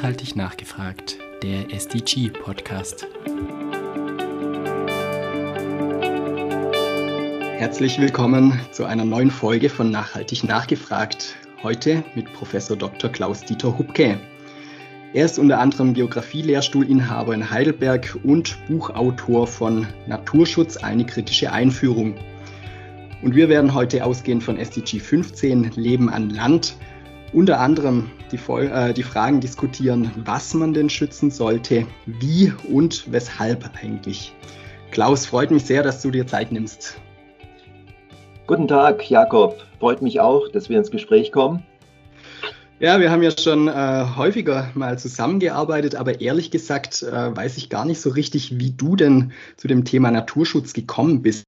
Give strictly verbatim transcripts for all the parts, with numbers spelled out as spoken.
Nachhaltig nachgefragt, der S D G-Podcast. Herzlich willkommen zu einer neuen Folge von Nachhaltig nachgefragt. Heute mit Professor Doktor Klaus-Dieter Hupke. Er ist unter anderem Geografie-Lehrstuhlinhaber in Heidelberg und Buchautor von Naturschutz, eine kritische Einführung. Und wir werden heute ausgehend von S D G fünfzehn, Leben an Land, unter anderem die, äh, die Fragen diskutieren, was man denn schützen sollte, wie und weshalb eigentlich. Klaus, freut mich sehr, dass du dir Zeit nimmst. Guten Tag, Jakob. Freut mich auch, dass wir ins Gespräch kommen. Ja, wir haben ja schon äh, häufiger mal zusammengearbeitet, aber ehrlich gesagt äh, weiß ich gar nicht so richtig, wie du denn zu dem Thema Naturschutz gekommen bist.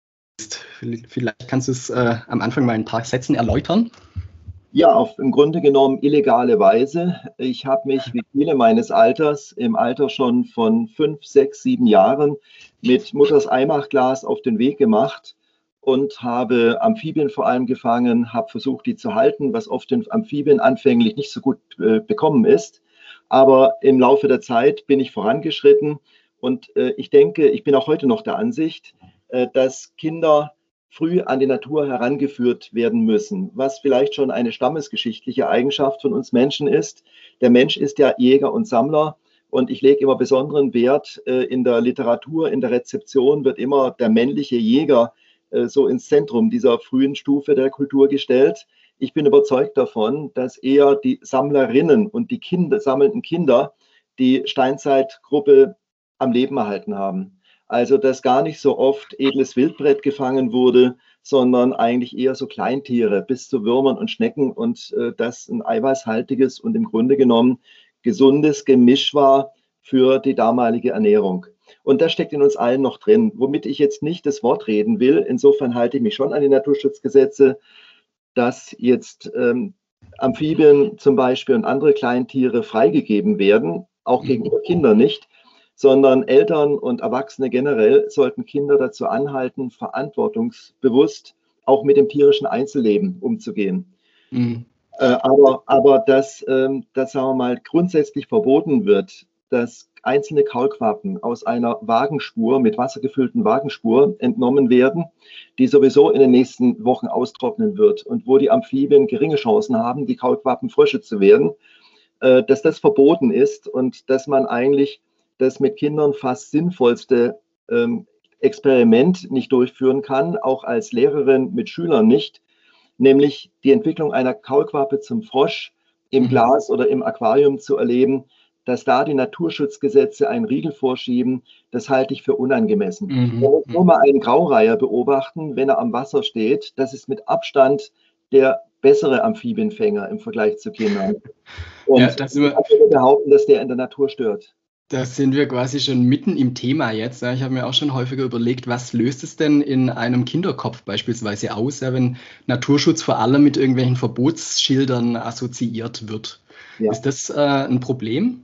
Vielleicht kannst du es äh, am Anfang mal in ein paar Sätzen erläutern. Ja, auf im Grunde genommen illegale Weise. Ich habe mich wie viele meines Alters im Alter schon von fünf, sechs, sieben Jahren mit Mutters Eimachglas auf den Weg gemacht und habe Amphibien vor allem gefangen, habe versucht, die zu halten, was oft den Amphibien anfänglich nicht so gut äh, bekommen ist. Aber im Laufe der Zeit bin ich vorangeschritten und äh, ich denke, ich bin auch heute noch der Ansicht, äh, dass Kinder früh an die Natur herangeführt werden müssen, was vielleicht schon eine stammesgeschichtliche Eigenschaft von uns Menschen ist. Der Mensch ist ja Jäger und Sammler und ich lege immer besonderen Wert äh, in der Literatur, in der Rezeption wird immer der männliche Jäger äh, so ins Zentrum dieser frühen Stufe der Kultur gestellt. Ich bin überzeugt davon, dass eher die Sammlerinnen und die Kinder, sammelnden Kinder die Steinzeitgruppe am Leben erhalten haben. Also, dass gar nicht so oft edles Wildbret gefangen wurde, sondern eigentlich eher so Kleintiere bis zu Würmern und Schnecken und äh, das ein eiweißhaltiges und im Grunde genommen gesundes Gemisch war für die damalige Ernährung. Und das steckt in uns allen noch drin, womit ich jetzt nicht das Wort reden will. Insofern halte ich mich schon an die Naturschutzgesetze, dass jetzt ähm, Amphibien zum Beispiel und andere Kleintiere freigegeben werden, auch gegenüber Kindern nicht, sondern Eltern und Erwachsene generell sollten Kinder dazu anhalten, verantwortungsbewusst auch mit dem tierischen Einzelleben umzugehen. Mhm. Äh, aber, aber dass, ähm, dass, sagen wir mal, grundsätzlich verboten wird, dass einzelne Kaulquappen aus einer Wagenspur, mit Wasser gefüllten Wagenspur entnommen werden, die sowieso in den nächsten Wochen austrocknen wird und wo die Amphibien geringe Chancen haben, die Kaulquappen Frösche zu werden, äh, dass das verboten ist und dass man eigentlich das mit Kindern fast sinnvollste ähm, Experiment nicht durchführen kann, auch als Lehrerin mit Schülern nicht, nämlich die Entwicklung einer Kaulquappe zum Frosch im mhm. Glas oder im Aquarium zu erleben, dass da die Naturschutzgesetze einen Riegel vorschieben, das halte ich für unangemessen. Mhm. Man muss nur mal einen Graureiher beobachten, wenn er am Wasser steht, das ist mit Abstand der bessere Amphibienfänger im Vergleich zu Kindern. Und ja, das ich würde behaupten, dass der in der Natur stört. Da sind wir quasi schon mitten im Thema jetzt. Ich habe mir auch schon häufiger überlegt, was löst es denn in einem Kinderkopf beispielsweise aus, wenn Naturschutz vor allem mit irgendwelchen Verbotsschildern assoziiert wird. Ja. Ist das äh, ein Problem?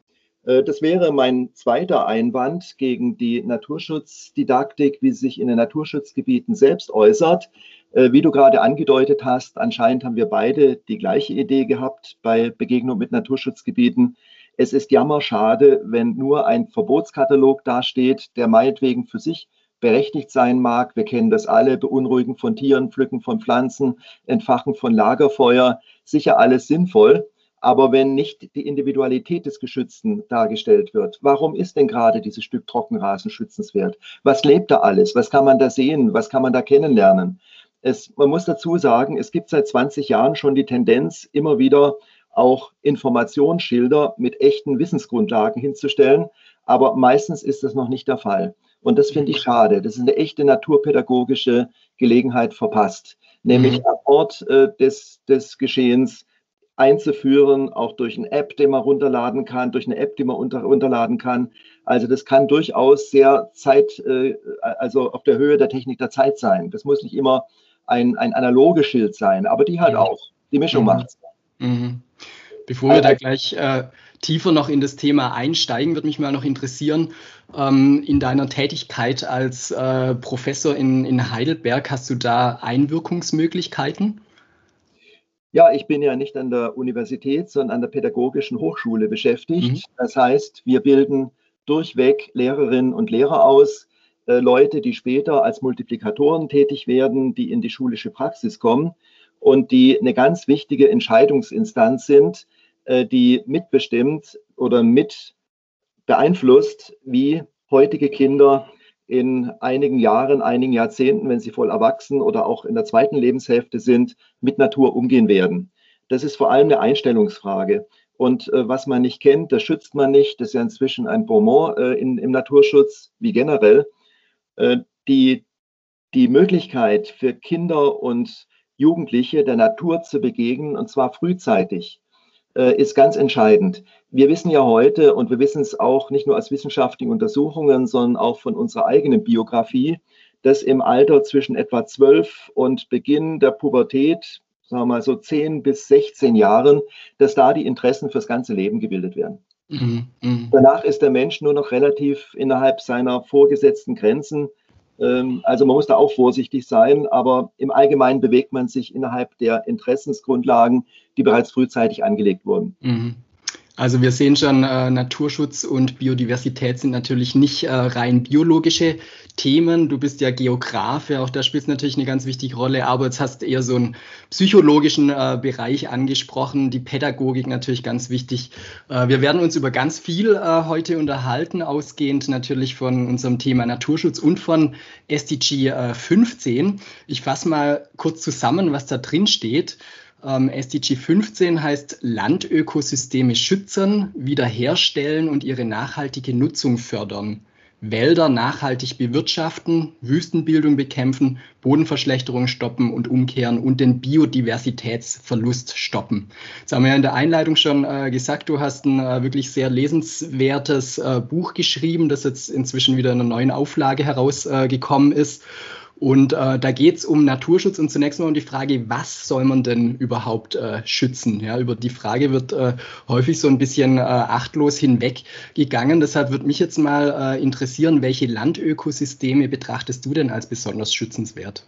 Das wäre mein zweiter Einwand gegen die Naturschutzdidaktik, wie sie sich in den Naturschutzgebieten selbst äußert. Wie du gerade angedeutet hast, anscheinend haben wir beide die gleiche Idee gehabt bei Begegnung mit Naturschutzgebieten. Es ist jammerschade, wenn nur ein Verbotskatalog dasteht, der meinetwegen für sich berechtigt sein mag. Wir kennen das alle, Beunruhigen von Tieren, Pflücken von Pflanzen, Entfachen von Lagerfeuer, sicher alles sinnvoll. Aber wenn nicht die Individualität des Geschützten dargestellt wird, warum ist denn gerade dieses Stück Trockenrasen schützenswert? Was lebt da alles? Was kann man da sehen? Was kann man da kennenlernen? Es, man muss dazu sagen, es gibt seit zwanzig Jahren schon die Tendenz, immer wieder auch Informationsschilder mit echten Wissensgrundlagen hinzustellen. Aber meistens ist das noch nicht der Fall. Und das finde ich schade. Das ist eine echte naturpädagogische Gelegenheit verpasst. Nämlich mhm. am Ort äh, des, des Geschehens einzuführen, auch durch eine App, die man runterladen kann, durch eine App, die man unter, runterladen kann. Also das kann durchaus sehr Zeit, äh, also auf der Höhe der Technik der Zeit sein. Das muss nicht immer ein, ein analoges Schild sein, aber die halt mhm. auch. Die Mischung mhm. macht es. Mhm. Bevor wir da gleich äh, tiefer noch in das Thema einsteigen, würde mich mal noch interessieren, ähm, in deiner Tätigkeit als äh, Professor in, in Heidelberg, hast du da Einwirkungsmöglichkeiten? Ja, ich bin ja nicht an der Universität, sondern an der Pädagogischen Hochschule beschäftigt. Mhm. Das heißt, wir bilden durchweg Lehrerinnen und Lehrer aus, äh, Leute, die später als Multiplikatoren tätig werden, die in die schulische Praxis kommen und die eine ganz wichtige Entscheidungsinstanz sind, äh, die mitbestimmt oder mit beeinflusst, wie heutige Kinder in einigen Jahren, einigen Jahrzehnten, wenn sie voll erwachsen oder auch in der zweiten Lebenshälfte sind, mit Natur umgehen werden. Das ist vor allem eine Einstellungsfrage. Und äh, was man nicht kennt, das schützt man nicht. Das ist ja inzwischen ein Bonmot äh, in, im Naturschutz wie generell. Äh, die, die Möglichkeit für Kinder und Jugendliche der Natur zu begegnen, und zwar frühzeitig, ist ganz entscheidend. Wir wissen ja heute, und wir wissen es auch nicht nur aus wissenschaftlichen Untersuchungen, sondern auch von unserer eigenen Biografie, dass im Alter zwischen etwa zwölf und Beginn der Pubertät, sagen wir mal so zehn bis sechzehn Jahren, dass da die Interessen fürs ganze Leben gebildet werden. Mhm. Mhm. Danach ist der Mensch nur noch relativ innerhalb seiner vorgesetzten Grenzen. Also man muss da auch vorsichtig sein, aber im Allgemeinen bewegt man sich innerhalb der Interessensgrundlagen, die bereits frühzeitig angelegt wurden. Mhm. Also wir sehen schon, äh, Naturschutz und Biodiversität sind natürlich nicht äh, rein biologische Themen. Du bist ja Geografe, auch da spielt es natürlich eine ganz wichtige Rolle, aber jetzt hast du eher so einen psychologischen äh, Bereich angesprochen, die Pädagogik natürlich ganz wichtig. Äh, wir werden uns über ganz viel äh, heute unterhalten, ausgehend natürlich von unserem Thema Naturschutz und von S D G äh, fünfzehn. Ich fasse mal kurz zusammen, was da drin steht. Ähm, S D G fünfzehn heißt Landökosysteme schützen, wiederherstellen und ihre nachhaltige Nutzung fördern. Wälder nachhaltig bewirtschaften, Wüstenbildung bekämpfen, Bodenverschlechterung stoppen und umkehren und den Biodiversitätsverlust stoppen. Jetzt haben wir ja in der Einleitung schon äh, gesagt, du hast ein äh, wirklich sehr lesenswertes äh, Buch geschrieben, das jetzt inzwischen wieder in einer neuen Auflage herausgekommen äh, ist. Und äh, da geht es um Naturschutz und zunächst mal um die Frage, was soll man denn überhaupt äh, schützen? Ja, über die Frage wird äh, häufig so ein bisschen äh, achtlos hinweggegangen. Deshalb würde mich jetzt mal äh, interessieren, welche Landökosysteme betrachtest du denn als besonders schützenswert?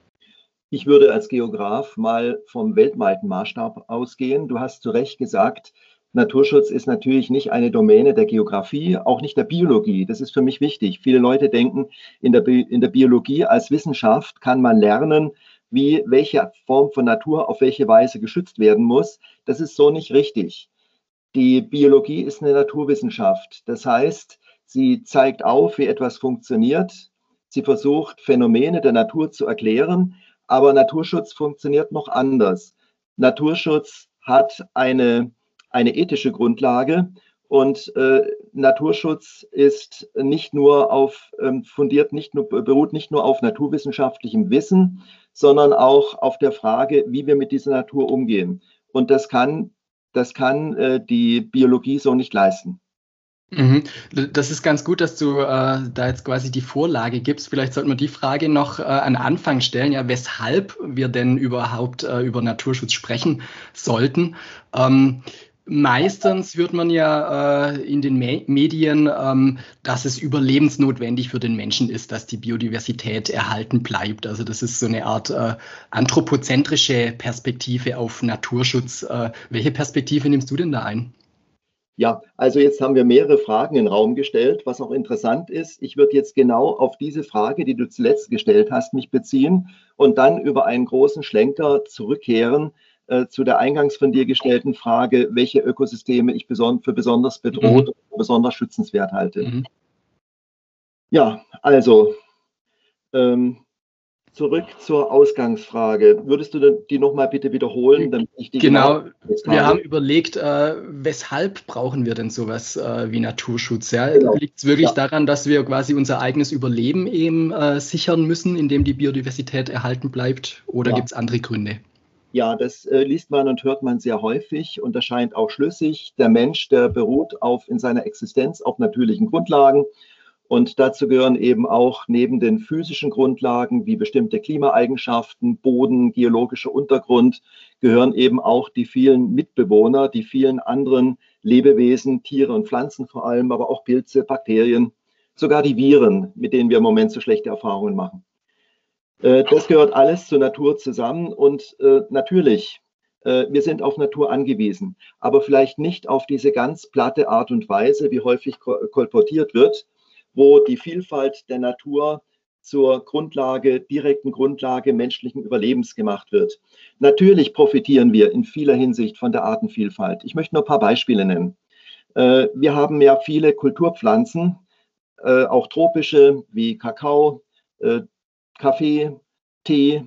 Ich würde als Geograf mal vom weltweiten Maßstab ausgehen. Du hast zu Recht gesagt, Naturschutz ist natürlich nicht eine Domäne der Geografie, auch nicht der Biologie. Das ist für mich wichtig. Viele Leute denken, in der, Bi- in der Biologie als Wissenschaft kann man lernen, wie welche Form von Natur auf welche Weise geschützt werden muss. Das ist so nicht richtig. Die Biologie ist eine Naturwissenschaft. Das heißt, sie zeigt auf, wie etwas funktioniert. Sie versucht, Phänomene der Natur zu erklären. Aber Naturschutz funktioniert noch anders. Naturschutz hat eine eine ethische Grundlage und äh, Naturschutz ist nicht nur auf ähm, fundiert, nicht nur beruht nicht nur auf naturwissenschaftlichem Wissen, sondern auch auf der Frage, wie wir mit dieser Natur umgehen. Und das kann, das kann äh, die Biologie so nicht leisten. Mhm. Das ist ganz gut, dass du äh, da jetzt quasi die Vorlage gibst. Vielleicht sollten wir die Frage noch äh, an Anfang stellen, ja, weshalb wir denn überhaupt äh, über Naturschutz sprechen sollten. Ähm, Meistens hört man ja äh, in den Me Medien, ähm, dass es überlebensnotwendig für den Menschen ist, dass die Biodiversität erhalten bleibt. Also das ist so eine Art äh, anthropozentrische Perspektive auf Naturschutz. Äh, welche Perspektive nimmst du denn da ein? Ja, also jetzt haben wir mehrere Fragen in den Raum gestellt, was auch interessant ist. Ich würde jetzt genau auf diese Frage, die du zuletzt gestellt hast, mich beziehen und dann über einen großen Schlenker zurückkehren äh, zu der eingangs von dir gestellten Frage, welche Ökosysteme ich beson für besonders bedroht, mhm. besonders schützenswert halte. Mhm. Ja, also ähm, zurück zur Ausgangsfrage. Würdest du die nochmal bitte wiederholen, damit ich die genau, genau wir haben überlegt, äh, weshalb brauchen wir denn sowas äh, wie Naturschutz? Ja? Genau. Liegt es wirklich ja. daran, dass wir quasi unser eigenes Überleben eben äh, sichern müssen, indem die Biodiversität erhalten bleibt? Oder ja. gibt es andere Gründe? Ja, das äh, liest man und hört man sehr häufig und das scheint auch schlüssig. Der Mensch, der beruht auf in seiner Existenz auf natürlichen Grundlagen. Und dazu gehören eben auch neben den physischen Grundlagen wie bestimmte Klimaeigenschaften, Boden, geologischer Untergrund, gehören eben auch die vielen Mitbewohner, die vielen anderen Lebewesen, Tiere und Pflanzen vor allem, aber auch Pilze, Bakterien, sogar die Viren, mit denen wir im Moment so schlechte Erfahrungen machen. Das gehört alles zur Natur zusammen und natürlich Äh, wir sind auf Natur angewiesen, aber vielleicht nicht auf diese ganz platte Art und Weise, wie häufig kolportiert wird, wo die Vielfalt der Natur zur Grundlage, direkten Grundlage menschlichen Überlebens gemacht wird. Natürlich profitieren wir in vieler Hinsicht von der Artenvielfalt. Ich möchte nur ein paar Beispiele nennen. Äh, wir haben ja viele Kulturpflanzen, äh, auch tropische wie Kakao, äh, Kaffee, Tee.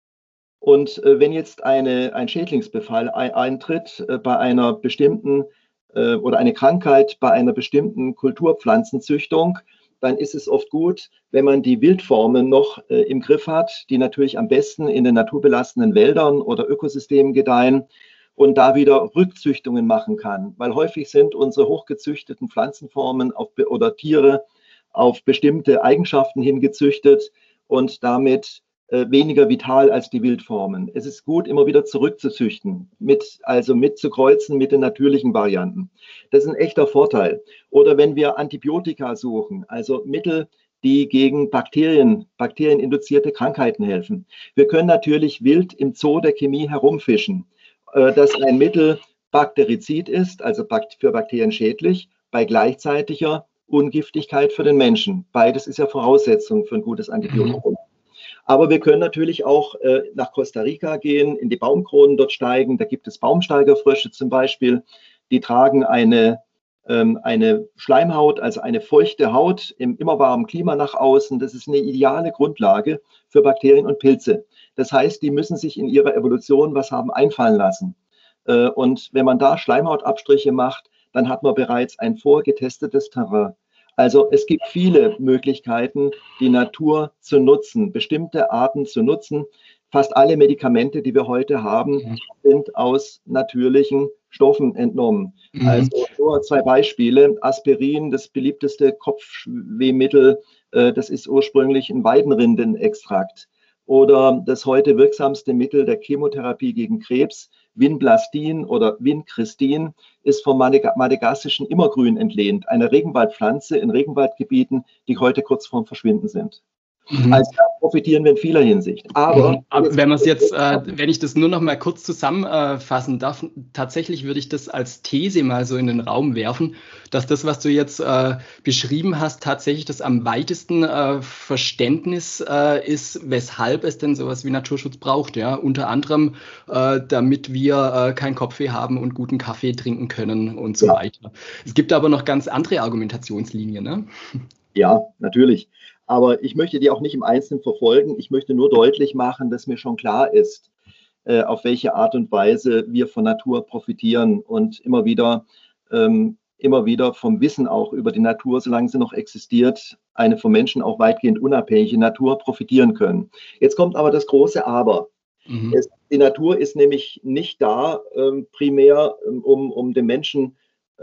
Und äh, wenn jetzt eine, ein Schädlingsbefall ein, eintritt äh, bei einer bestimmten äh, oder eine Krankheit bei einer bestimmten Kulturpflanzenzüchtung, dann ist es oft gut, wenn man die Wildformen noch äh, im Griff hat, die natürlich am besten in den naturbelassenen Wäldern oder Ökosystemen gedeihen und da wieder Rückzüchtungen machen kann. Weil häufig sind unsere hochgezüchteten Pflanzenformen auf, oder Tiere auf bestimmte Eigenschaften hingezüchtet und damit äh, weniger vital als die Wildformen. Es ist gut, immer wieder zurückzuzüchten, mit, also mitzukreuzen mit den natürlichen Varianten. Das ist ein echter Vorteil. Oder wenn wir Antibiotika suchen, also Mittel, die gegen Bakterien, bakterieninduzierte Krankheiten helfen. Wir können natürlich wild im Zoo der Chemie herumfischen, äh, dass ein Mittel bakterizid ist, also für Bakterien schädlich, bei gleichzeitiger Ungiftigkeit für den Menschen. Beides ist ja Voraussetzung für ein gutes Antibiotikum. Mhm. Aber wir können natürlich auch äh, nach Costa Rica gehen, in die Baumkronen dort steigen. Da gibt es Baumsteigerfrösche zum Beispiel. Die tragen eine, ähm, eine Schleimhaut, also eine feuchte Haut im immer warmen Klima nach außen. Das ist eine ideale Grundlage für Bakterien und Pilze. Das heißt, die müssen sich in ihrer Evolution was haben einfallen lassen. Äh, und wenn man da Schleimhautabstriche macht, dann hat man bereits ein vorgetestetes Terrain. Also es gibt viele Möglichkeiten, die Natur zu nutzen, bestimmte Arten zu nutzen. Fast alle Medikamente, die wir heute haben, sind aus natürlichen Stoffen entnommen. Mhm. Also nur zwei Beispiele. Aspirin, das beliebteste Kopfwehmittel, äh, das ist ursprünglich ein Weidenrindenextrakt. Oder das heute wirksamste Mittel der Chemotherapie gegen Krebs, Vinblastin oder Vincristin, ist vom madagassischen Immergrün entlehnt, einer Regenwaldpflanze in Regenwaldgebieten, die heute kurz vorm Verschwinden sind. Mhm. Also da profitieren wir in vieler Hinsicht. Aber, mhm. Aber wenn man es jetzt, äh, wenn ich das nur noch mal kurz zusammenfassen darf, tatsächlich würde ich das als These mal so in den Raum werfen, dass das, was du jetzt äh, beschrieben hast, tatsächlich das am weitesten äh, Verständnis äh, ist, weshalb es denn sowas wie Naturschutz braucht. Ja, unter anderem, äh, damit wir äh, kein Kopfweh haben und guten Kaffee trinken können und so ja. weiter. Es gibt aber noch ganz andere Argumentationslinien, ne? Ja, natürlich. Aber ich möchte die auch nicht im Einzelnen verfolgen. Ich möchte nur deutlich machen, dass mir schon klar ist, äh, auf welche Art und Weise wir von Natur profitieren und immer wieder, ähm, immer wieder vom Wissen auch über die Natur, solange sie noch existiert, eine vom Menschen auch weitgehend unabhängige Natur profitieren können. Jetzt kommt aber das große Aber. Mhm. Es, die Natur ist nämlich nicht da, ähm, primär, um, um dem Menschen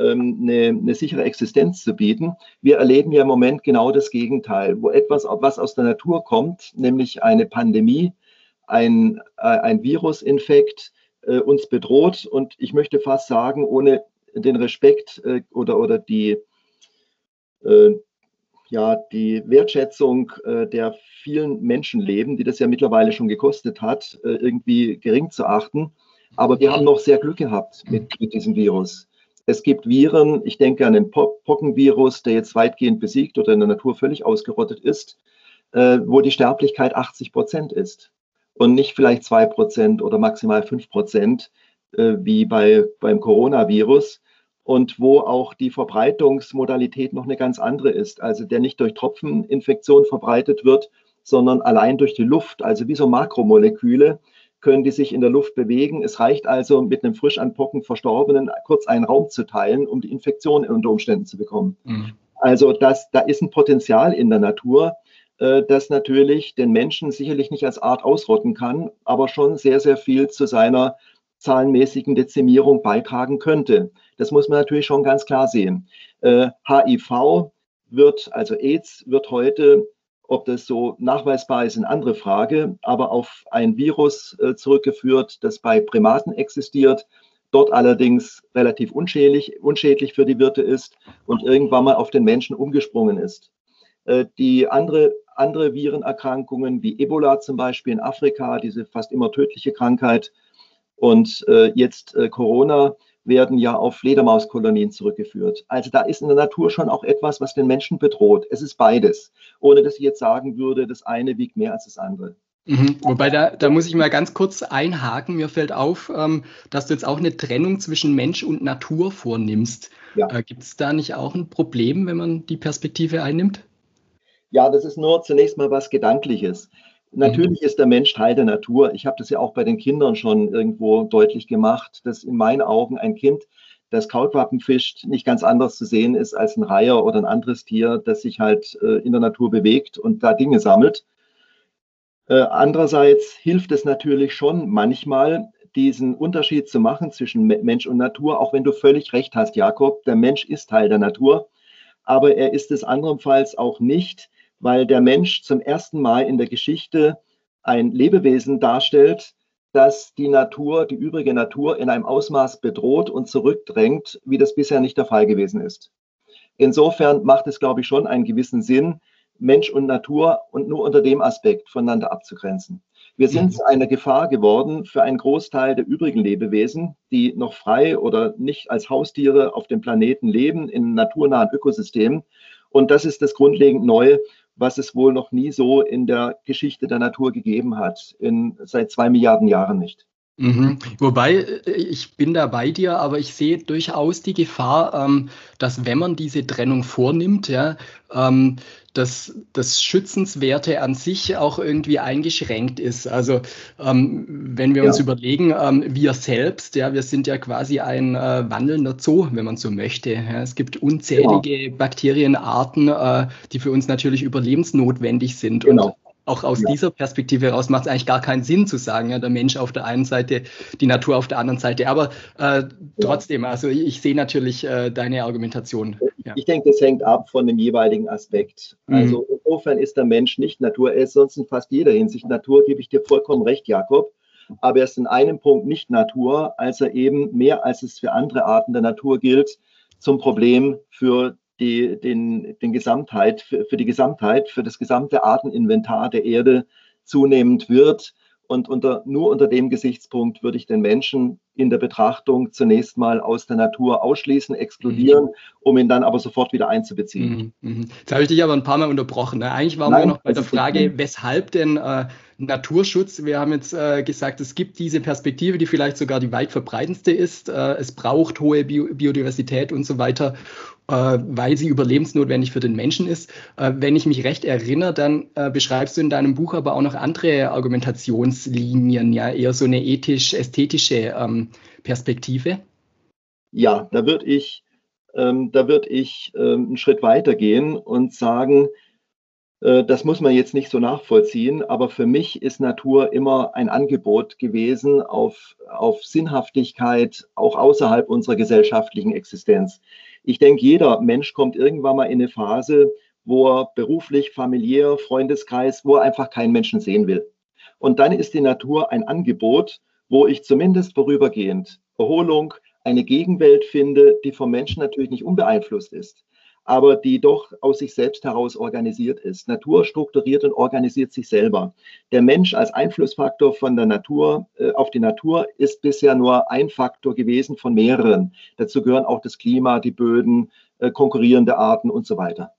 Eine, eine sichere Existenz zu bieten. Wir erleben ja im Moment genau das Gegenteil, wo etwas, was aus der Natur kommt, nämlich eine Pandemie, ein, ein Virusinfekt äh, uns bedroht. Und ich möchte fast sagen, ohne den Respekt äh, oder, oder die, äh, ja, die Wertschätzung äh, der vielen Menschenleben, die das ja mittlerweile schon gekostet hat, äh, irgendwie gering zu achten. Aber wir haben noch sehr Glück gehabt mit, mit diesem Virus. Es gibt Viren, ich denke an den Pockenvirus, der jetzt weitgehend besiegt oder in der Natur völlig ausgerottet ist, äh, wo die Sterblichkeit achtzig Prozent ist und nicht vielleicht zwei Prozent oder maximal fünf Prozent äh, wie bei, beim Coronavirus und wo auch die Verbreitungsmodalität noch eine ganz andere ist, also der nicht durch Tropfeninfektion verbreitet wird, sondern allein durch die Luft, also wie so Makromoleküle, können die sich in der Luft bewegen. Es reicht also, mit einem frisch an Pocken Verstorbenen kurz einen Raum zu teilen, um die Infektion unter Umständen zu bekommen. Mhm. Also das, da ist ein Potenzial in der Natur, äh, das natürlich den Menschen sicherlich nicht als Art ausrotten kann, aber schon sehr, sehr viel zu seiner zahlenmäßigen Dezimierung beitragen könnte. Das muss man natürlich schon ganz klar sehen. Äh, H I V wird, also AIDS, wird heute, ob das so nachweisbar ist, eine andere Frage, aber auf ein Virus äh, zurückgeführt, das bei Primaten existiert, dort allerdings relativ unschädlich, unschädlich für die Wirte ist und irgendwann mal auf den Menschen umgesprungen ist. Äh, die andere, andere Virenerkrankungen wie Ebola zum Beispiel in Afrika, diese fast immer tödliche Krankheit, Und äh, jetzt äh, Corona werden ja auf Fledermauskolonien zurückgeführt. Also da ist in der Natur schon auch etwas, was den Menschen bedroht. Es ist beides, ohne dass ich jetzt sagen würde, das eine wiegt mehr als das andere. Mhm. Wobei, da, da muss ich mal ganz kurz einhaken. Mir fällt auf, ähm, dass du jetzt auch eine Trennung zwischen Mensch und Natur vornimmst. Ja. Äh, gibt es da nicht auch ein Problem, wenn man die Perspektive einnimmt? Ja, das ist nur zunächst mal was Gedankliches. Natürlich ist der Mensch Teil der Natur. Ich habe das ja auch bei den Kindern schon irgendwo deutlich gemacht, dass in meinen Augen ein Kind, das Kaulquappen fischt, nicht ganz anders zu sehen ist als ein Reiher oder ein anderes Tier, das sich halt äh, in der Natur bewegt und da Dinge sammelt. Äh, andererseits hilft es natürlich schon manchmal, diesen Unterschied zu machen zwischen Mensch und Natur, auch wenn du völlig recht hast, Jakob, der Mensch ist Teil der Natur, aber er ist es andernfalls auch nicht, weil der Mensch zum ersten Mal in der Geschichte ein Lebewesen darstellt, das die Natur, die übrige Natur in einem Ausmaß bedroht und zurückdrängt, wie das bisher nicht der Fall gewesen ist. Insofern macht es, glaube ich, schon einen gewissen Sinn, Mensch und Natur und nur unter dem Aspekt voneinander abzugrenzen. Wir sind zu einer Gefahr geworden für einen Großteil der übrigen Lebewesen, die noch frei oder nicht als Haustiere auf dem Planeten leben, in naturnahen Ökosystemen. Und das ist das grundlegend Neue, was es wohl noch nie so in der Geschichte der Natur gegeben hat, in, seit zwei Milliarden Jahren nicht. Mhm. Wobei, ich bin da bei dir, aber ich sehe durchaus die Gefahr, ähm, dass wenn man diese Trennung vornimmt, ja, ähm, dass das Schützenswerte an sich auch irgendwie eingeschränkt ist. Also ähm, wenn wir Ja. uns überlegen, ähm, wir selbst, ja, wir sind ja quasi ein äh, wandelnder Zoo, wenn man so möchte. Ja. Es gibt unzählige Genau. Bakterienarten, äh, die für uns natürlich überlebensnotwendig sind. Genau. Und auch aus Ja. dieser Perspektive heraus macht es eigentlich gar keinen Sinn zu sagen, ja, der Mensch auf der einen Seite, die Natur auf der anderen Seite. Aber äh, trotzdem, also ich, ich sehe natürlich äh, deine Argumentation. Ja. Ich denke, das hängt ab von dem jeweiligen Aspekt. Also Mhm. insofern ist der Mensch nicht Natur. Er ist sonst in fast jeder Hinsicht Natur, gebe ich dir vollkommen recht, Jakob. Aber er ist in einem Punkt nicht Natur, als er eben mehr als es für andere Arten der Natur gilt, zum Problem für die, den, den Gesamtheit, für, für die Gesamtheit, für das gesamte Arteninventar der Erde zunehmend wird. Und unter, nur unter dem Gesichtspunkt würde ich den Menschen in der Betrachtung zunächst mal aus der Natur ausschließen, exkludieren, mhm. um ihn dann aber sofort wieder einzubeziehen. Mhm, mhm. Jetzt habe ich dich aber ein paar Mal unterbrochen. Ne? Eigentlich waren Nein, wir noch bei das der ist nicht Frage, schlimm. weshalb denn äh, Naturschutz? Wir haben jetzt äh, gesagt, es gibt diese Perspektive, die vielleicht sogar die weit verbreitendste ist. Äh, es braucht hohe Bio Biodiversität und so weiter, äh, weil sie überlebensnotwendig für den Menschen ist. Äh, wenn ich mich recht erinnere, dann äh, beschreibst du in deinem Buch aber auch noch andere Argumentationslinien, ja, eher so eine ethisch-ästhetische ähm, Perspektive. Ja, da würde ich, ähm, da würd ich ähm, einen Schritt weiter gehen und sagen, äh, das muss man jetzt nicht so nachvollziehen, aber für mich ist Natur immer ein Angebot gewesen auf, auf Sinnhaftigkeit, auch außerhalb unserer gesellschaftlichen Existenz. Ich denke, jeder Mensch kommt irgendwann mal in eine Phase, wo er beruflich, familiär, Freundeskreis, wo er einfach keinen Menschen sehen will. Und dann ist die Natur ein Angebot, wo ich zumindest vorübergehend Erholung, eine Gegenwelt finde, die vom Menschen natürlich nicht unbeeinflusst ist, aber die doch aus sich selbst heraus organisiert ist. Natur strukturiert und organisiert sich selber. Der Mensch als Einflussfaktor von der Natur äh, auf die Natur ist bisher nur ein Faktor gewesen von mehreren. Dazu gehören auch das Klima, die Böden, äh, konkurrierende Arten und so weiter.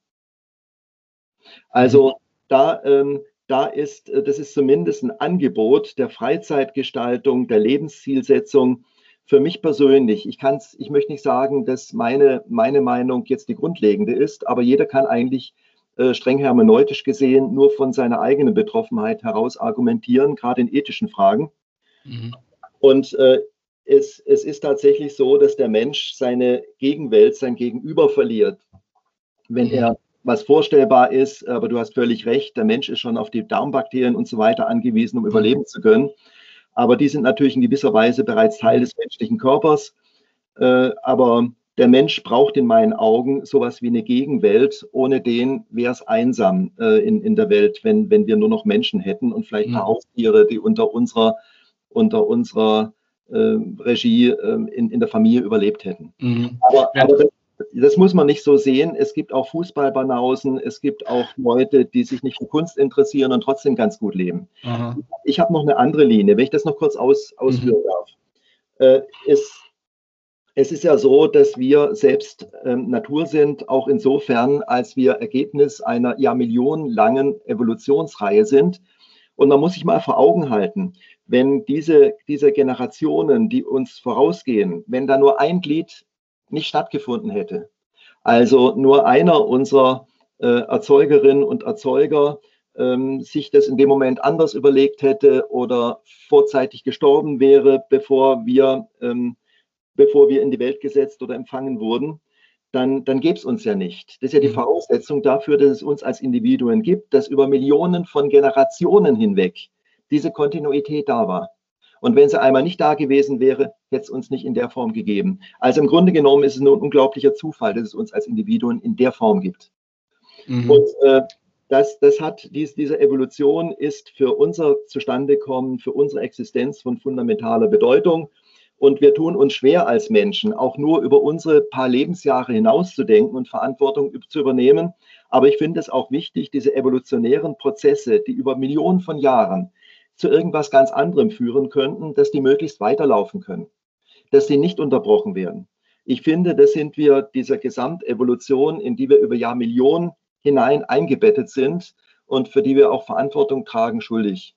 Also da, ähm, da ist, das ist zumindest ein Angebot der Freizeitgestaltung, der Lebenszielsetzung. Für mich persönlich, ich kann's, ich möchte nicht sagen, dass meine, meine Meinung jetzt die grundlegende ist, aber jeder kann eigentlich äh, streng hermeneutisch gesehen nur von seiner eigenen Betroffenheit heraus argumentieren, gerade in ethischen Fragen. Mhm. Und äh, es, es ist tatsächlich so, dass der Mensch seine Gegenwelt, sein Gegenüber verliert, wenn mhm. er was vorstellbar ist, aber du hast völlig recht, der Mensch ist schon auf die Darmbakterien und so weiter angewiesen, um mhm. überleben zu können. Aber die sind natürlich in gewisser Weise bereits Teil des menschlichen Körpers. Äh, aber der Mensch braucht in meinen Augen sowas wie eine Gegenwelt. Ohne den wäre es einsam äh, in, in der Welt, wenn, wenn wir nur noch Menschen hätten und vielleicht ein paar Haustiere, die unter unserer, unter unserer äh, Regie äh, in, in der Familie überlebt hätten. Mhm. Aber, aber das, das muss man nicht so sehen. Es gibt auch Fußballbanausen, es gibt auch Leute, die sich nicht für Kunst interessieren und trotzdem ganz gut leben. Aha. Ich habe noch eine andere Linie, wenn ich das noch kurz aus, ausführen mhm. darf. Äh, es, es ist ja so, dass wir selbst ähm, Natur sind, auch insofern, als wir Ergebnis einer jahrmillionenlangen Evolutionsreihe sind. Und man muss sich mal vor Augen halten, wenn diese, diese Generationen, die uns vorausgehen, wenn da nur ein Glied nicht stattgefunden hätte, also nur einer unserer äh, Erzeugerinnen und Erzeuger ähm, sich das in dem Moment anders überlegt hätte oder vorzeitig gestorben wäre, bevor wir, ähm, bevor wir in die Welt gesetzt oder empfangen wurden, dann, dann gäbe es uns ja nicht. Das ist ja die Voraussetzung dafür, dass es uns als Individuen gibt, dass über Millionen von Generationen hinweg diese Kontinuität da war. Und wenn sie einmal nicht da gewesen wäre, hätte es uns nicht in der Form gegeben. Also im Grunde genommen ist es nur ein unglaublicher Zufall, dass es uns als Individuen in der Form gibt. Mhm. Und äh, das, das hat dies, diese Evolution ist für unser Zustandekommen, für unsere Existenz von fundamentaler Bedeutung. Und wir tun uns schwer als Menschen, auch nur über unsere paar Lebensjahre hinauszudenken und Verantwortung zu übernehmen. Aber ich finde es auch wichtig, diese evolutionären Prozesse, die über Millionen von Jahren zu irgendwas ganz anderem führen könnten, dass die möglichst weiterlaufen können, dass sie nicht unterbrochen werden. Ich finde, das sind wir dieser Gesamtevolution, in die wir über Jahrmillionen hinein eingebettet sind und für die wir auch Verantwortung tragen, schuldig.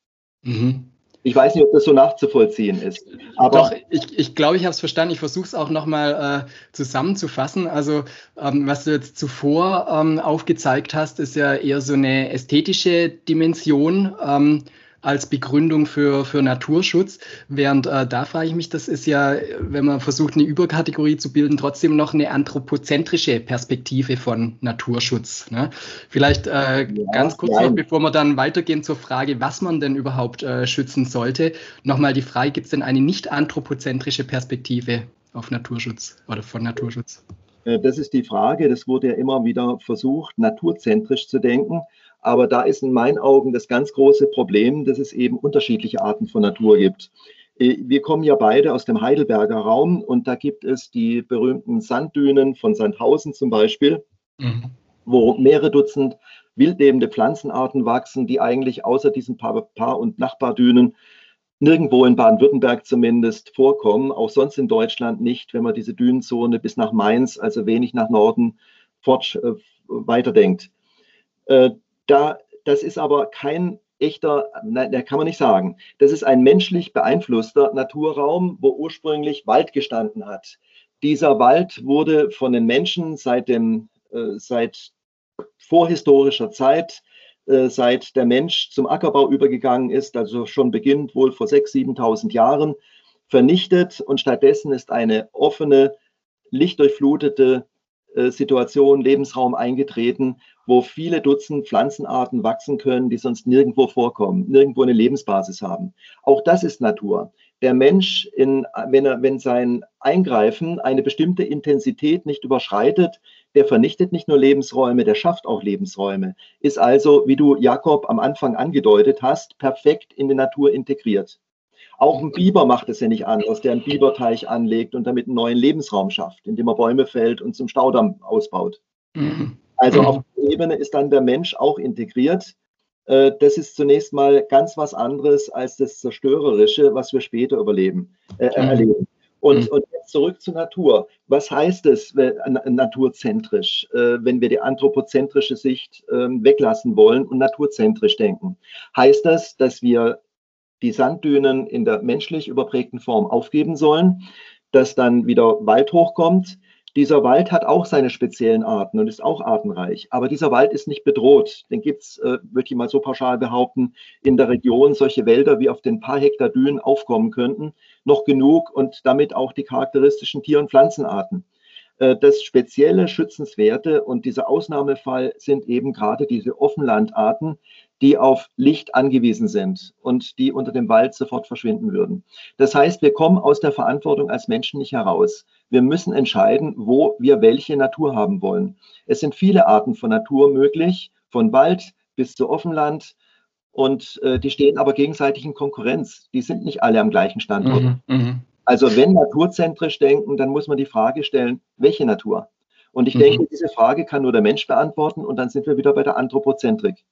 Mhm. Ich weiß nicht, ob das so nachzuvollziehen ist. Aber Doch, ich, ich glaube, ich habe es verstanden. Ich versuche es auch nochmal äh, zusammenzufassen. Also ähm, was du jetzt zuvor ähm, aufgezeigt hast, ist ja eher so eine ästhetische Dimension ähm, als Begründung für, für Naturschutz. Während äh, da frage ich mich, das ist ja, wenn man versucht, eine Überkategorie zu bilden, trotzdem noch eine anthropozentrische Perspektive von Naturschutz. Ne? Vielleicht äh, ja, ganz kurz nein. noch, bevor wir dann weitergehen zur Frage, was man denn überhaupt äh, schützen sollte, nochmal die Frage, gibt es denn eine nicht anthropozentrische Perspektive auf Naturschutz oder von Naturschutz? Das ist die Frage, das wurde ja immer wieder versucht, naturzentrisch zu denken. Aber da ist in meinen Augen das ganz große Problem, dass es eben unterschiedliche Arten von Natur gibt. Wir kommen ja beide aus dem Heidelberger Raum und da gibt es die berühmten Sanddünen von Sandhausen zum Beispiel, mhm. wo mehrere Dutzend wildlebende Pflanzenarten wachsen, die eigentlich außer diesen paar, paar und Nachbardünen nirgendwo in Baden-Württemberg zumindest vorkommen, auch sonst in Deutschland nicht, wenn man diese Dünenzone bis nach Mainz, also wenig nach Norden, fort, äh, weiterdenkt. Äh, Da, das ist aber kein echter, nein, da kann man nicht sagen. Das ist ein menschlich beeinflusster Naturraum, wo ursprünglich Wald gestanden hat. Dieser Wald wurde von den Menschen seit, dem, äh, seit vorhistorischer Zeit, äh, seit der Mensch zum Ackerbau übergegangen ist, also schon beginnend wohl vor sechstausend, siebentausend Jahren, vernichtet und stattdessen ist eine offene, lichtdurchflutete Situation, Lebensraum eingetreten, wo viele Dutzend Pflanzenarten wachsen können, die sonst nirgendwo vorkommen, nirgendwo eine Lebensbasis haben. Auch das ist Natur. Der Mensch, in, wenn, er, wenn sein Eingreifen eine bestimmte Intensität nicht überschreitet, der vernichtet nicht nur Lebensräume, der schafft auch Lebensräume, ist also, wie du, Jakob, am Anfang angedeutet hast, perfekt in die Natur integriert. Auch ein Biber macht es ja nicht anders, der einen Biberteich anlegt und damit einen neuen Lebensraum schafft, indem er Bäume fällt und zum Staudamm ausbaut. Mhm. Also auf der Ebene ist dann der Mensch auch integriert. Das ist zunächst mal ganz was anderes als das Zerstörerische, was wir später überleben, äh, mhm. erleben. Und, mhm. und jetzt zurück zur Natur. Was heißt es äh, naturzentrisch, äh, wenn wir die anthropozentrische Sicht äh, weglassen wollen und naturzentrisch denken? Heißt das, dass wir die Sanddünen in der menschlich überprägten Form aufgeben sollen, dass dann wieder Wald hochkommt? Dieser Wald hat auch seine speziellen Arten und ist auch artenreich. Aber dieser Wald ist nicht bedroht. Den gibt es, äh, würde ich mal so pauschal behaupten, in der Region solche Wälder, wie auf den paar Hektar Dünen aufkommen könnten, noch genug und damit auch die charakteristischen Tier- und Pflanzenarten. Äh, das spezielle, schützenswerte und dieser Ausnahmefall sind eben gerade diese Offenlandarten, die auf Licht angewiesen sind und die unter dem Wald sofort verschwinden würden. Das heißt, wir kommen aus der Verantwortung als Menschen nicht heraus. Wir müssen entscheiden, wo wir welche Natur haben wollen. Es sind viele Arten von Natur möglich, von Wald bis zu Offenland, und äh, die stehen aber gegenseitig in Konkurrenz. Die sind nicht alle am gleichen Standort. Mhm, mh. Also wenn naturzentrisch denken, dann muss man die Frage stellen, welche Natur? Und ich mhm. denke, diese Frage kann nur der Mensch beantworten und dann sind wir wieder bei der Anthropozentrik.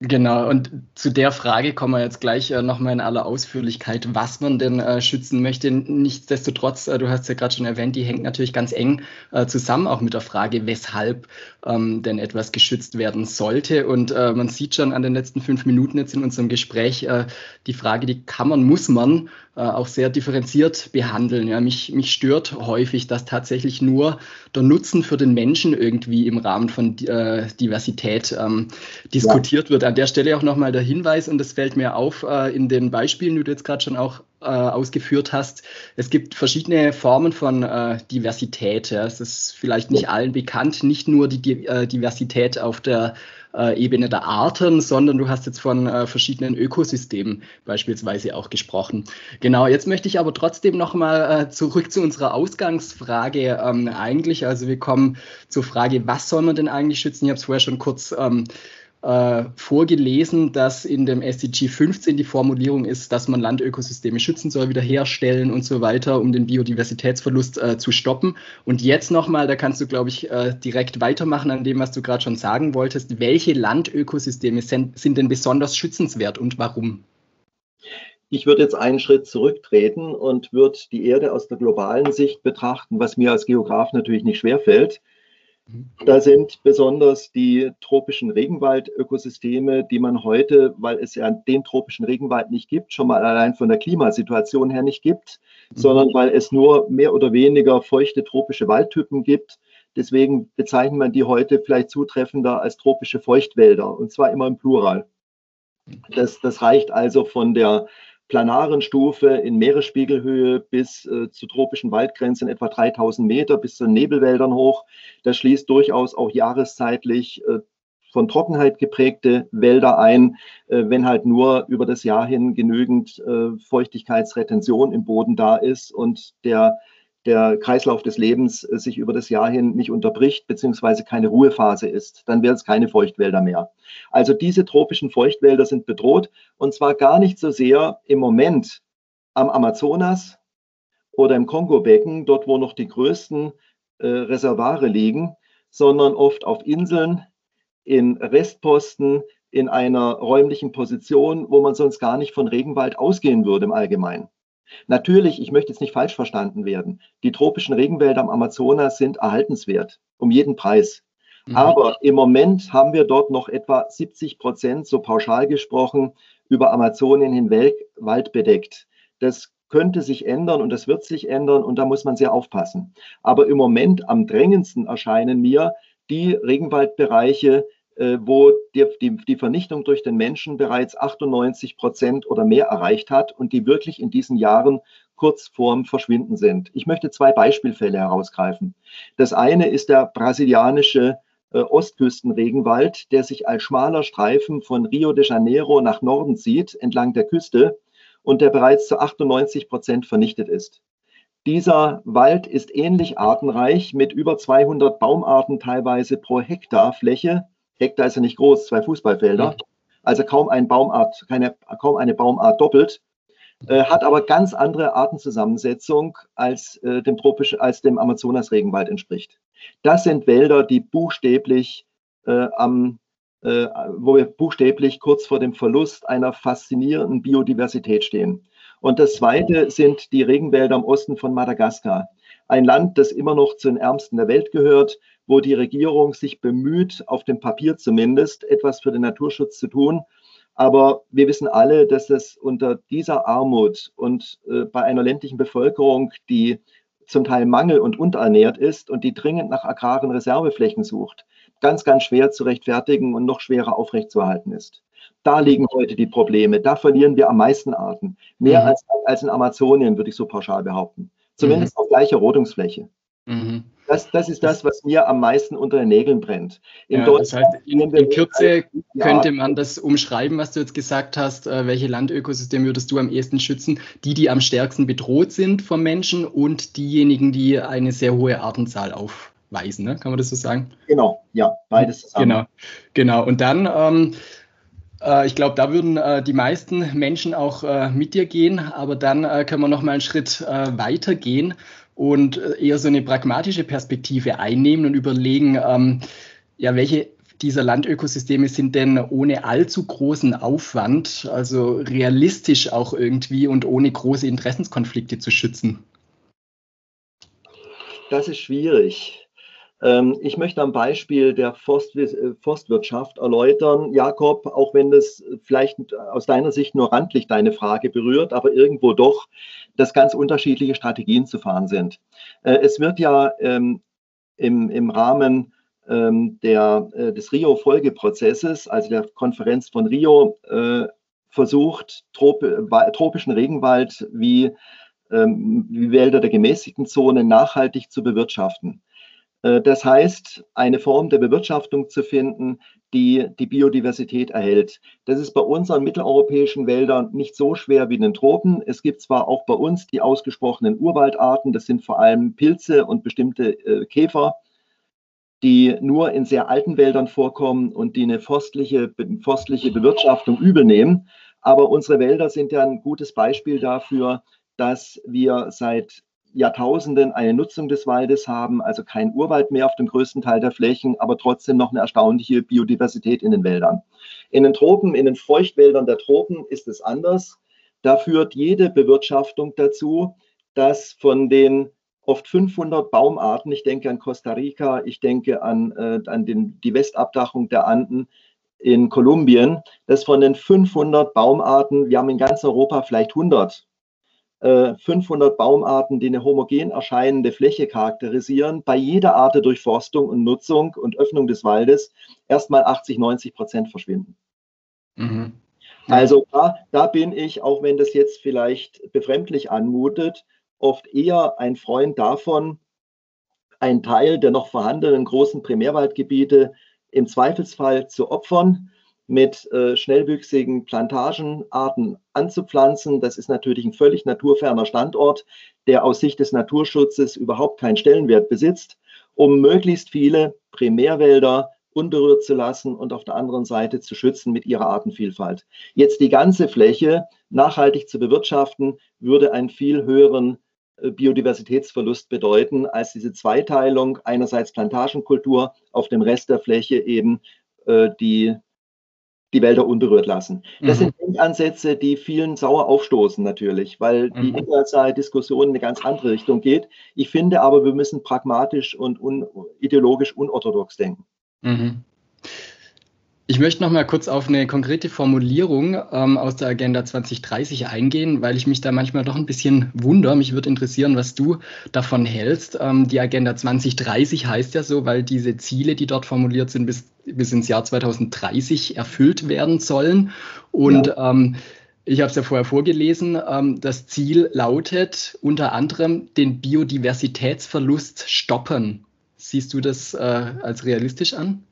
Genau, und zu der Frage kommen wir jetzt gleich äh, nochmal in aller Ausführlichkeit, was man denn äh, schützen möchte. Nichtsdestotrotz, äh, du hast ja gerade schon erwähnt, die hängt natürlich ganz eng äh, zusammen, auch mit der Frage, weshalb ähm, denn etwas geschützt werden sollte. Und äh, man sieht schon an den letzten fünf Minuten jetzt in unserem Gespräch, äh, die Frage, die kann man, muss man äh, auch sehr differenziert behandeln. Ja, mich, mich stört häufig, dass tatsächlich nur der Nutzen für den Menschen irgendwie im Rahmen von äh, Diversität ähm, diskutiert ja. wird. An der Stelle auch nochmal der Hinweis, und das fällt mir auf äh, in den Beispielen, die du jetzt gerade schon auch äh, ausgeführt hast. Es gibt verschiedene Formen von äh, Diversität. Ja. Es ist vielleicht nicht allen bekannt, nicht nur die, die äh, Diversität auf der äh, Ebene der Arten, sondern du hast jetzt von äh, verschiedenen Ökosystemen beispielsweise auch gesprochen. Genau, jetzt möchte ich aber trotzdem nochmal äh, zurück zu unserer Ausgangsfrage ähm, eigentlich. Also wir kommen zur Frage, was soll man denn eigentlich schützen? Ich habe es vorher schon kurz ähm, Äh, vorgelesen, dass in dem S D G fünfzehn die Formulierung ist, dass man Landökosysteme schützen soll, wiederherstellen und so weiter, um den Biodiversitätsverlust äh, zu stoppen. Und jetzt nochmal, da kannst du, glaube ich, äh, direkt weitermachen an dem, was du gerade schon sagen wolltest. Welche Landökosysteme sind, sind denn besonders schützenswert und warum? Ich würde jetzt einen Schritt zurücktreten und würde die Erde aus der globalen Sicht betrachten, was mir als Geograf natürlich nicht schwerfällt. Da sind besonders die tropischen Regenwaldökosysteme, die man heute, weil es ja den tropischen Regenwald nicht gibt, schon mal allein von der Klimasituation her nicht gibt, mhm. sondern weil es nur mehr oder weniger feuchte tropische Waldtypen gibt. Deswegen bezeichnet man die heute vielleicht zutreffender als tropische Feuchtwälder, und zwar immer im Plural. Das, das reicht also von der planaren Stufe in Meeresspiegelhöhe bis äh, zu tropischen Waldgrenzen etwa dreitausend Meter, bis zu Nebelwäldern hoch. Das schließt durchaus auch jahreszeitlich äh, von Trockenheit geprägte Wälder ein, äh, wenn halt nur über das Jahr hin genügend äh, Feuchtigkeitsretention im Boden da ist und der der Kreislauf des Lebens äh, sich über das Jahr hin nicht unterbricht, beziehungsweise keine Ruhephase ist, dann werden es keine Feuchtwälder mehr. Also diese tropischen Feuchtwälder sind bedroht, und zwar gar nicht so sehr im Moment am Amazonas oder im Kongo-Becken, dort wo noch die größten äh, Reservare liegen, sondern oft auf Inseln, in Restposten, in einer räumlichen Position, wo man sonst gar nicht von Regenwald ausgehen würde im Allgemeinen. Natürlich, ich möchte jetzt nicht falsch verstanden werden, die tropischen Regenwälder am Amazonas sind erhaltenswert, um jeden Preis. Mhm. Aber im Moment haben wir dort noch etwa siebzig Prozent, so pauschal gesprochen, über Amazonien hinweg Wald bedeckt. Das könnte sich ändern und das wird sich ändern, und da muss man sehr aufpassen. Aber im Moment am drängendsten erscheinen mir die Regenwaldbereiche, wo die, die, die Vernichtung durch den Menschen bereits achtundneunzig Prozent oder mehr erreicht hat und die wirklich in diesen Jahren kurz vorm Verschwinden sind. Ich möchte zwei Beispielfälle herausgreifen. Das eine ist der brasilianische äh, Ostküstenregenwald, der sich als schmaler Streifen von Rio de Janeiro nach Norden zieht, entlang der Küste, und der bereits zu achtundneunzig Prozent vernichtet ist. Dieser Wald ist ähnlich artenreich mit über zweihundert Baumarten teilweise pro Hektar Fläche. Hektar ist ja nicht groß, zwei Fußballfelder, also kaum, ein Baumart, keine, kaum eine Baumart doppelt, äh, hat aber ganz andere Artenzusammensetzung als, äh, dem, tropisch, als dem Amazonas-Regenwald entspricht. Das sind Wälder, die buchstäblich, äh, am, äh, wo wir buchstäblich kurz vor dem Verlust einer faszinierenden Biodiversität stehen. Und das Zweite sind die Regenwälder im Osten von Madagaskar. Ein Land, das immer noch zu den ärmsten der Welt gehört, wo die Regierung sich bemüht, auf dem Papier zumindest, etwas für den Naturschutz zu tun. Aber wir wissen alle, dass es unter dieser Armut und äh, bei einer ländlichen Bevölkerung, die zum Teil mangel- und unterernährt ist und die dringend nach agraren Reserveflächen sucht, ganz, ganz schwer zu rechtfertigen und noch schwerer aufrechtzuerhalten ist. Da liegen heute die Probleme. Da verlieren wir am meisten Arten. Mehr mhm. als, als in Amazonien, würde ich so pauschal behaupten. Zumindest mhm. auf gleicher Rodungsfläche. Mhm. Das, das ist das, was mir am meisten unter den Nägeln brennt. In ja, das heißt, in, in Kürze könnte man das umschreiben, was du jetzt gesagt hast. Äh, welche Landökosysteme würdest du am ehesten schützen? Die, die am stärksten bedroht sind vom Menschen, und diejenigen, die eine sehr hohe Artenzahl aufweisen. Ne? Kann man das so sagen? Genau, ja, beides zusammen. Genau, genau. Und dann, ähm, äh, ich glaube, da würden äh, die meisten Menschen auch äh, mit dir gehen. Aber dann äh, können wir noch mal einen Schritt äh, weiter gehen und eher so eine pragmatische Perspektive einnehmen und überlegen, ähm, ja, welche dieser Landökosysteme sind denn ohne allzu großen Aufwand, also realistisch auch irgendwie und ohne große Interessenskonflikte zu schützen? Das ist schwierig. Ähm, ich möchte am Beispiel der Forst, äh, Forstwirtschaft erläutern, Jakob, auch wenn das vielleicht aus deiner Sicht nur randlich deine Frage berührt, aber irgendwo doch, dass ganz unterschiedliche Strategien zu fahren sind. Äh, es wird ja ähm, im, im Rahmen ähm, der, äh, des Rio-Folgeprozesses, also der Konferenz von Rio, äh, versucht, trop, äh, tropischen Regenwald wie, ähm, wie Wälder der gemäßigten Zone nachhaltig zu bewirtschaften. Das heißt, eine Form der Bewirtschaftung zu finden, die die Biodiversität erhält. Das ist bei unseren mitteleuropäischen Wäldern nicht so schwer wie in den Tropen. Es gibt zwar auch bei uns die ausgesprochenen Urwaldarten, das sind vor allem Pilze und bestimmte äh, Käfer, die nur in sehr alten Wäldern vorkommen und die eine forstliche, forstliche Bewirtschaftung übel nehmen. Aber unsere Wälder sind ja ein gutes Beispiel dafür, dass wir seit Jahrtausenden eine Nutzung des Waldes haben, also kein Urwald mehr auf dem größten Teil der Flächen, aber trotzdem noch eine erstaunliche Biodiversität in den Wäldern. In den Tropen, in den Feuchtwäldern der Tropen ist es anders. Da führt jede Bewirtschaftung dazu, dass von den oft fünfhundert Baumarten, ich denke an Costa Rica, ich denke an, äh, an den, die Westabdachung der Anden in Kolumbien, dass von den fünfhundert Baumarten, wir haben in ganz Europa vielleicht hundert, fünfhundert Baumarten, die eine homogen erscheinende Fläche charakterisieren, bei jeder Art der Durchforstung und Nutzung und Öffnung des Waldes erstmal achtzig, neunzig Prozent verschwinden. Mhm. Ja. Also da, da bin ich, auch wenn das jetzt vielleicht befremdlich anmutet, oft eher ein Freund davon, einen Teil der noch vorhandenen großen Primärwaldgebiete im Zweifelsfall zu opfern, mit äh, schnellwüchsigen Plantagenarten anzupflanzen. Das ist natürlich ein völlig naturferner Standort, der aus Sicht des Naturschutzes überhaupt keinen Stellenwert besitzt, um möglichst viele Primärwälder unberührt zu lassen und auf der anderen Seite zu schützen mit ihrer Artenvielfalt. Jetzt die ganze Fläche nachhaltig zu bewirtschaften, würde einen viel höheren äh, Biodiversitätsverlust bedeuten als diese Zweiteilung, einerseits Plantagenkultur, auf dem Rest der Fläche eben äh, die die Wälder unberührt lassen. Das mhm. sind Denkansätze, die vielen sauer aufstoßen natürlich, weil die mhm. internationale Diskussion in eine ganz andere Richtung geht. Ich finde aber, wir müssen pragmatisch und un ideologisch unorthodox denken. Mhm. Ich möchte noch mal kurz auf eine konkrete Formulierung ähm, aus der Agenda zwanzig dreißig eingehen, weil ich mich da manchmal doch ein bisschen wundere. Mich würde interessieren, was du davon hältst. Ähm, die Agenda zwanzig dreißig heißt ja so, weil diese Ziele, die dort formuliert sind, bis, bis ins Jahr zweitausenddreißig erfüllt werden sollen. Und ja. ähm, ich habe es ja vorher vorgelesen. Ähm, das Ziel lautet unter anderem, den Biodiversitätsverlust stoppen. Siehst du das äh, als realistisch an?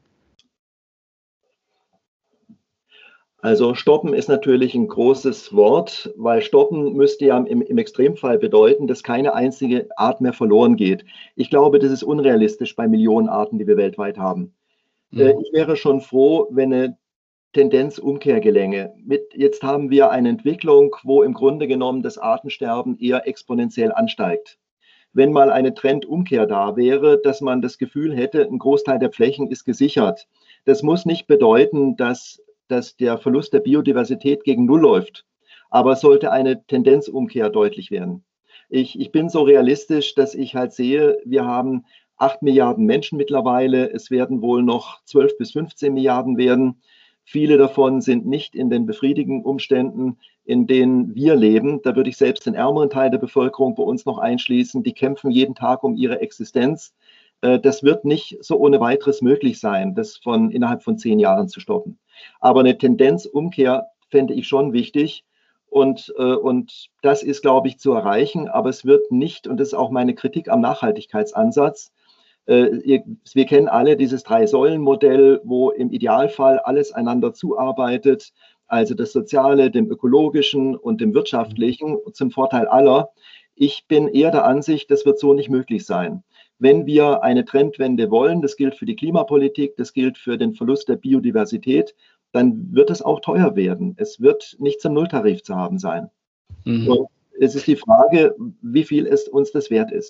Also stoppen ist natürlich ein großes Wort, weil stoppen müsste ja im, im Extremfall bedeuten, dass keine einzige Art mehr verloren geht. Ich glaube, das ist unrealistisch bei Millionen Arten, die wir weltweit haben. Mhm. Äh, ich wäre schon froh, wenn eine Tendenzumkehr gelänge. Mit, jetzt haben wir eine Entwicklung, wo im Grunde genommen das Artensterben eher exponentiell ansteigt. Wenn mal eine Trendumkehr da wäre, dass man das Gefühl hätte, ein Großteil der Flächen ist gesichert. Das muss nicht bedeuten, dass dass der Verlust der Biodiversität gegen Null läuft. Aber es sollte eine Tendenzumkehr deutlich werden. Ich, ich bin so realistisch, dass ich halt sehe, wir haben acht Milliarden Menschen mittlerweile. Es werden wohl noch zwölf bis fünfzehn Milliarden werden. Viele davon sind nicht in den befriedigenden Umständen, in denen wir leben. Da würde ich selbst den ärmeren Teil der Bevölkerung bei uns noch einschließen. Die kämpfen jeden Tag um ihre Existenz. Das wird nicht so ohne weiteres möglich sein, das von innerhalb von zehn Jahren zu stoppen. Aber eine Tendenzumkehr fände ich schon wichtig. Und, äh, und das ist, glaube ich, zu erreichen. Aber es wird nicht, und das ist auch meine Kritik am Nachhaltigkeitsansatz, äh, ihr, wir kennen alle dieses Drei-Säulen-Modell, wo im Idealfall alles einander zuarbeitet, also das Soziale, dem Ökologischen und dem Wirtschaftlichen zum Vorteil aller. Ich bin eher der Ansicht, das wird so nicht möglich sein. Wenn wir eine Trendwende wollen, das gilt für die Klimapolitik, das gilt für den Verlust der Biodiversität, dann wird es auch teuer werden. Es wird nicht zum Nulltarif zu haben sein. Mhm. Und es ist die Frage, wie viel es uns das wert ist.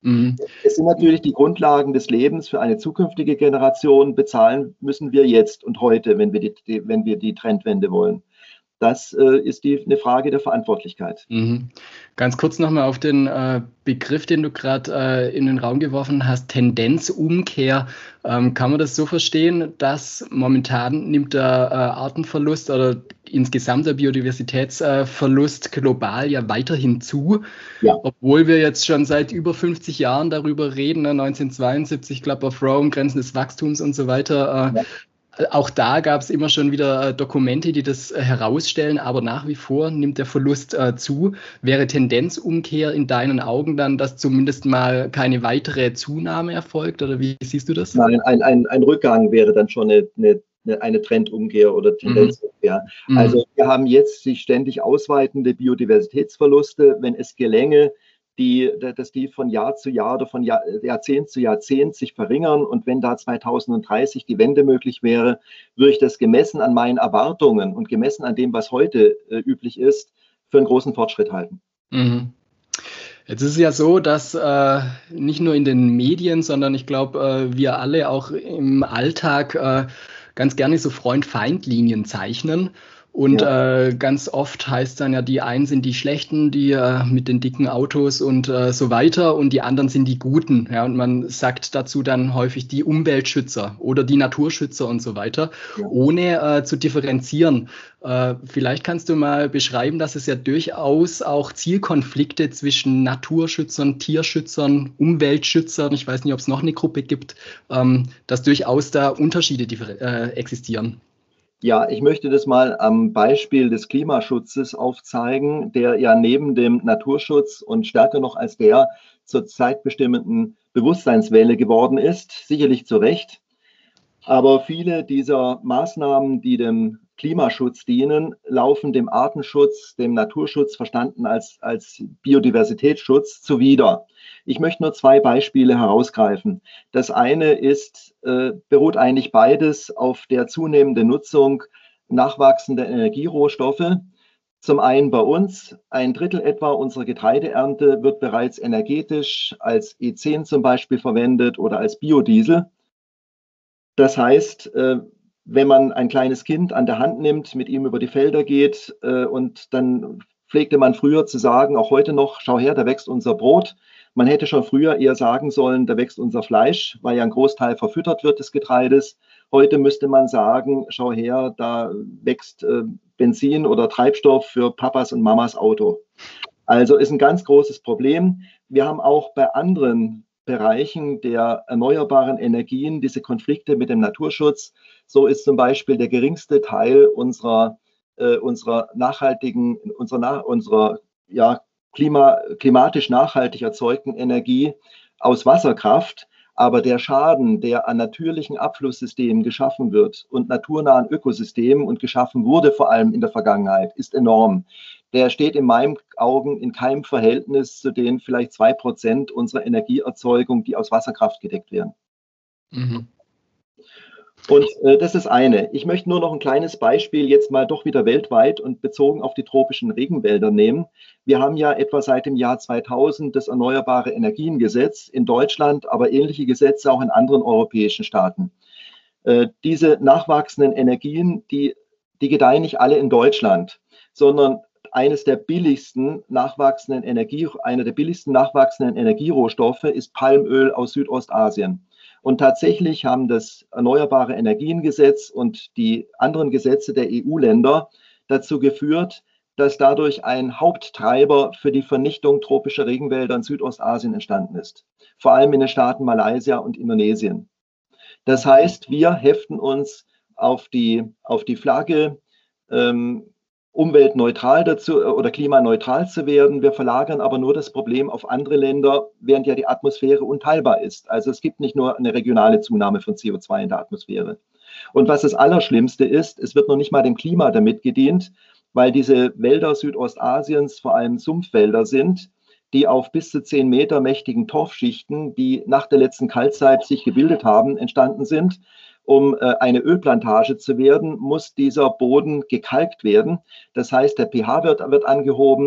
Mhm. Es sind natürlich die Grundlagen des Lebens für eine zukünftige Generation. Bezahlen müssen wir jetzt und heute, wenn wir die, die, wenn wir die Trendwende wollen. Das äh, ist die, eine Frage der Verantwortlichkeit. Mhm. Ganz kurz nochmal auf den äh, Begriff, den du gerade äh, in den Raum geworfen hast, Tendenzumkehr. Ähm, kann man das so verstehen, dass momentan nimmt der äh, Artenverlust oder insgesamt der Biodiversitätsverlust äh, global ja weiterhin zu, Ja. obwohl wir jetzt schon seit über fünfzig Jahren darüber reden, ne? neunzehnhundertzweiundsiebzig, Club of Rome, Grenzen des Wachstums und so weiter. Äh, Ja. Auch da gab es immer schon wieder äh, Dokumente, die das äh, herausstellen, aber nach wie vor nimmt der Verlust äh, zu. Wäre Tendenzumkehr in deinen Augen dann, dass zumindest mal keine weitere Zunahme erfolgt, oder wie siehst du das? Nein, ein, ein, ein Rückgang wäre dann schon eine, eine, eine Trendumkehr oder Tendenzumkehr. Mhm. Also wir haben jetzt sich ständig ausweitende Biodiversitätsverluste. Wenn es gelänge, die, dass die von Jahr zu Jahr oder von Jahr, Jahrzehnt zu Jahrzehnt sich verringern, und wenn da zweitausenddreißig die Wende möglich wäre, würde ich das gemessen an meinen Erwartungen und gemessen an dem, was heute äh, üblich ist, für einen großen Fortschritt halten. Mhm. Jetzt ist es ja so, dass äh, nicht nur in den Medien, sondern ich glaube, äh, wir alle auch im Alltag äh, ganz gerne so Freund-Feind-Linien zeichnen. Und Ja. äh, ganz oft heißt dann ja, die einen sind die Schlechten, die äh, mit den dicken Autos und äh, so weiter, und die anderen sind die Guten. Ja, und man sagt dazu dann häufig die Umweltschützer oder die Naturschützer und so weiter, Ja. ohne äh, zu differenzieren. Äh, vielleicht kannst du mal beschreiben, dass es ja durchaus auch Zielkonflikte zwischen Naturschützern, Tierschützern, Umweltschützern, ich weiß nicht, ob es noch eine Gruppe gibt, ähm, dass durchaus da Unterschiede äh, existieren. Ja, ich möchte das mal am Beispiel des Klimaschutzes aufzeigen, der ja neben dem Naturschutz und stärker noch als der zur zeitbestimmenden Bewusstseinswelle geworden ist, sicherlich zu Recht. Aber viele dieser Maßnahmen, die dem Klimaschutz dienen, laufen dem Artenschutz, dem Naturschutz, verstanden als, als Biodiversitätsschutz, zuwider. Ich möchte nur zwei Beispiele herausgreifen. Das eine ist, äh, beruht eigentlich beides auf der zunehmenden Nutzung nachwachsender Energierohstoffe. Zum einen bei uns, ein Drittel etwa unserer Getreideernte wird bereits energetisch als E zehn zum Beispiel verwendet oder als Biodiesel. Das heißt, wenn man ein kleines Kind an der Hand nimmt, mit ihm über die Felder geht, und dann pflegte man früher zu sagen, auch heute noch, schau her, da wächst unser Brot. Man hätte schon früher eher sagen sollen, da wächst unser Fleisch, weil ja ein Großteil verfüttert wird des Getreides. Heute müsste man sagen, schau her, da wächst Benzin oder Treibstoff für Papas und Mamas Auto. Also ist ein ganz großes Problem. Wir haben auch bei anderen Bereichen der erneuerbaren Energien diese Konflikte mit dem Naturschutz. So ist zum Beispiel der geringste Teil unserer, äh, unserer nachhaltigen, unserer, unserer ja, Klima, klimatisch nachhaltig erzeugten Energie aus Wasserkraft. Aber der Schaden, der an natürlichen Abflusssystemen geschaffen wird und naturnahen Ökosystemen und geschaffen wurde, vor allem in der Vergangenheit, ist enorm. Der steht in meinen Augen in keinem Verhältnis zu den vielleicht zwei Prozent unserer Energieerzeugung, die aus Wasserkraft gedeckt werden. Mhm. Und äh, das ist eine. Ich möchte nur noch ein kleines Beispiel jetzt mal doch wieder weltweit und bezogen auf die tropischen Regenwälder nehmen. Wir haben ja etwa seit dem Jahr zweitausend das Erneuerbare Energiengesetz in Deutschland, aber ähnliche Gesetze auch in anderen europäischen Staaten. Äh, diese nachwachsenden Energien, die, die gedeihen nicht alle in Deutschland, sondern eines der billigsten nachwachsenden Energie, einer der billigsten nachwachsenden Energierohstoffe ist Palmöl aus Südostasien. Und tatsächlich haben das Erneuerbare Energiengesetz und die anderen Gesetze der E U-Länder dazu geführt, dass dadurch ein Haupttreiber für die Vernichtung tropischer Regenwälder in Südostasien entstanden ist. Vor allem in den Staaten Malaysia und Indonesien. Das heißt, wir heften uns auf die, auf die Flagge, ähm, umweltneutral dazu oder klimaneutral zu werden. Wir verlagern aber nur das Problem auf andere Länder, während ja die Atmosphäre unteilbar ist. Also es gibt nicht nur eine regionale Zunahme von C O zwei in der Atmosphäre. Und was das Allerschlimmste ist, es wird noch nicht mal dem Klima damit gedient, weil diese Wälder Südostasiens vor allem Sumpfwälder sind, die auf bis zu zehn Meter mächtigen Torfschichten, die nach der letzten Kaltzeit sich gebildet haben, entstanden sind. Um äh, eine Ölplantage zu werden, muss dieser Boden gekalkt werden. Das heißt, der pH-Wert wird angehoben,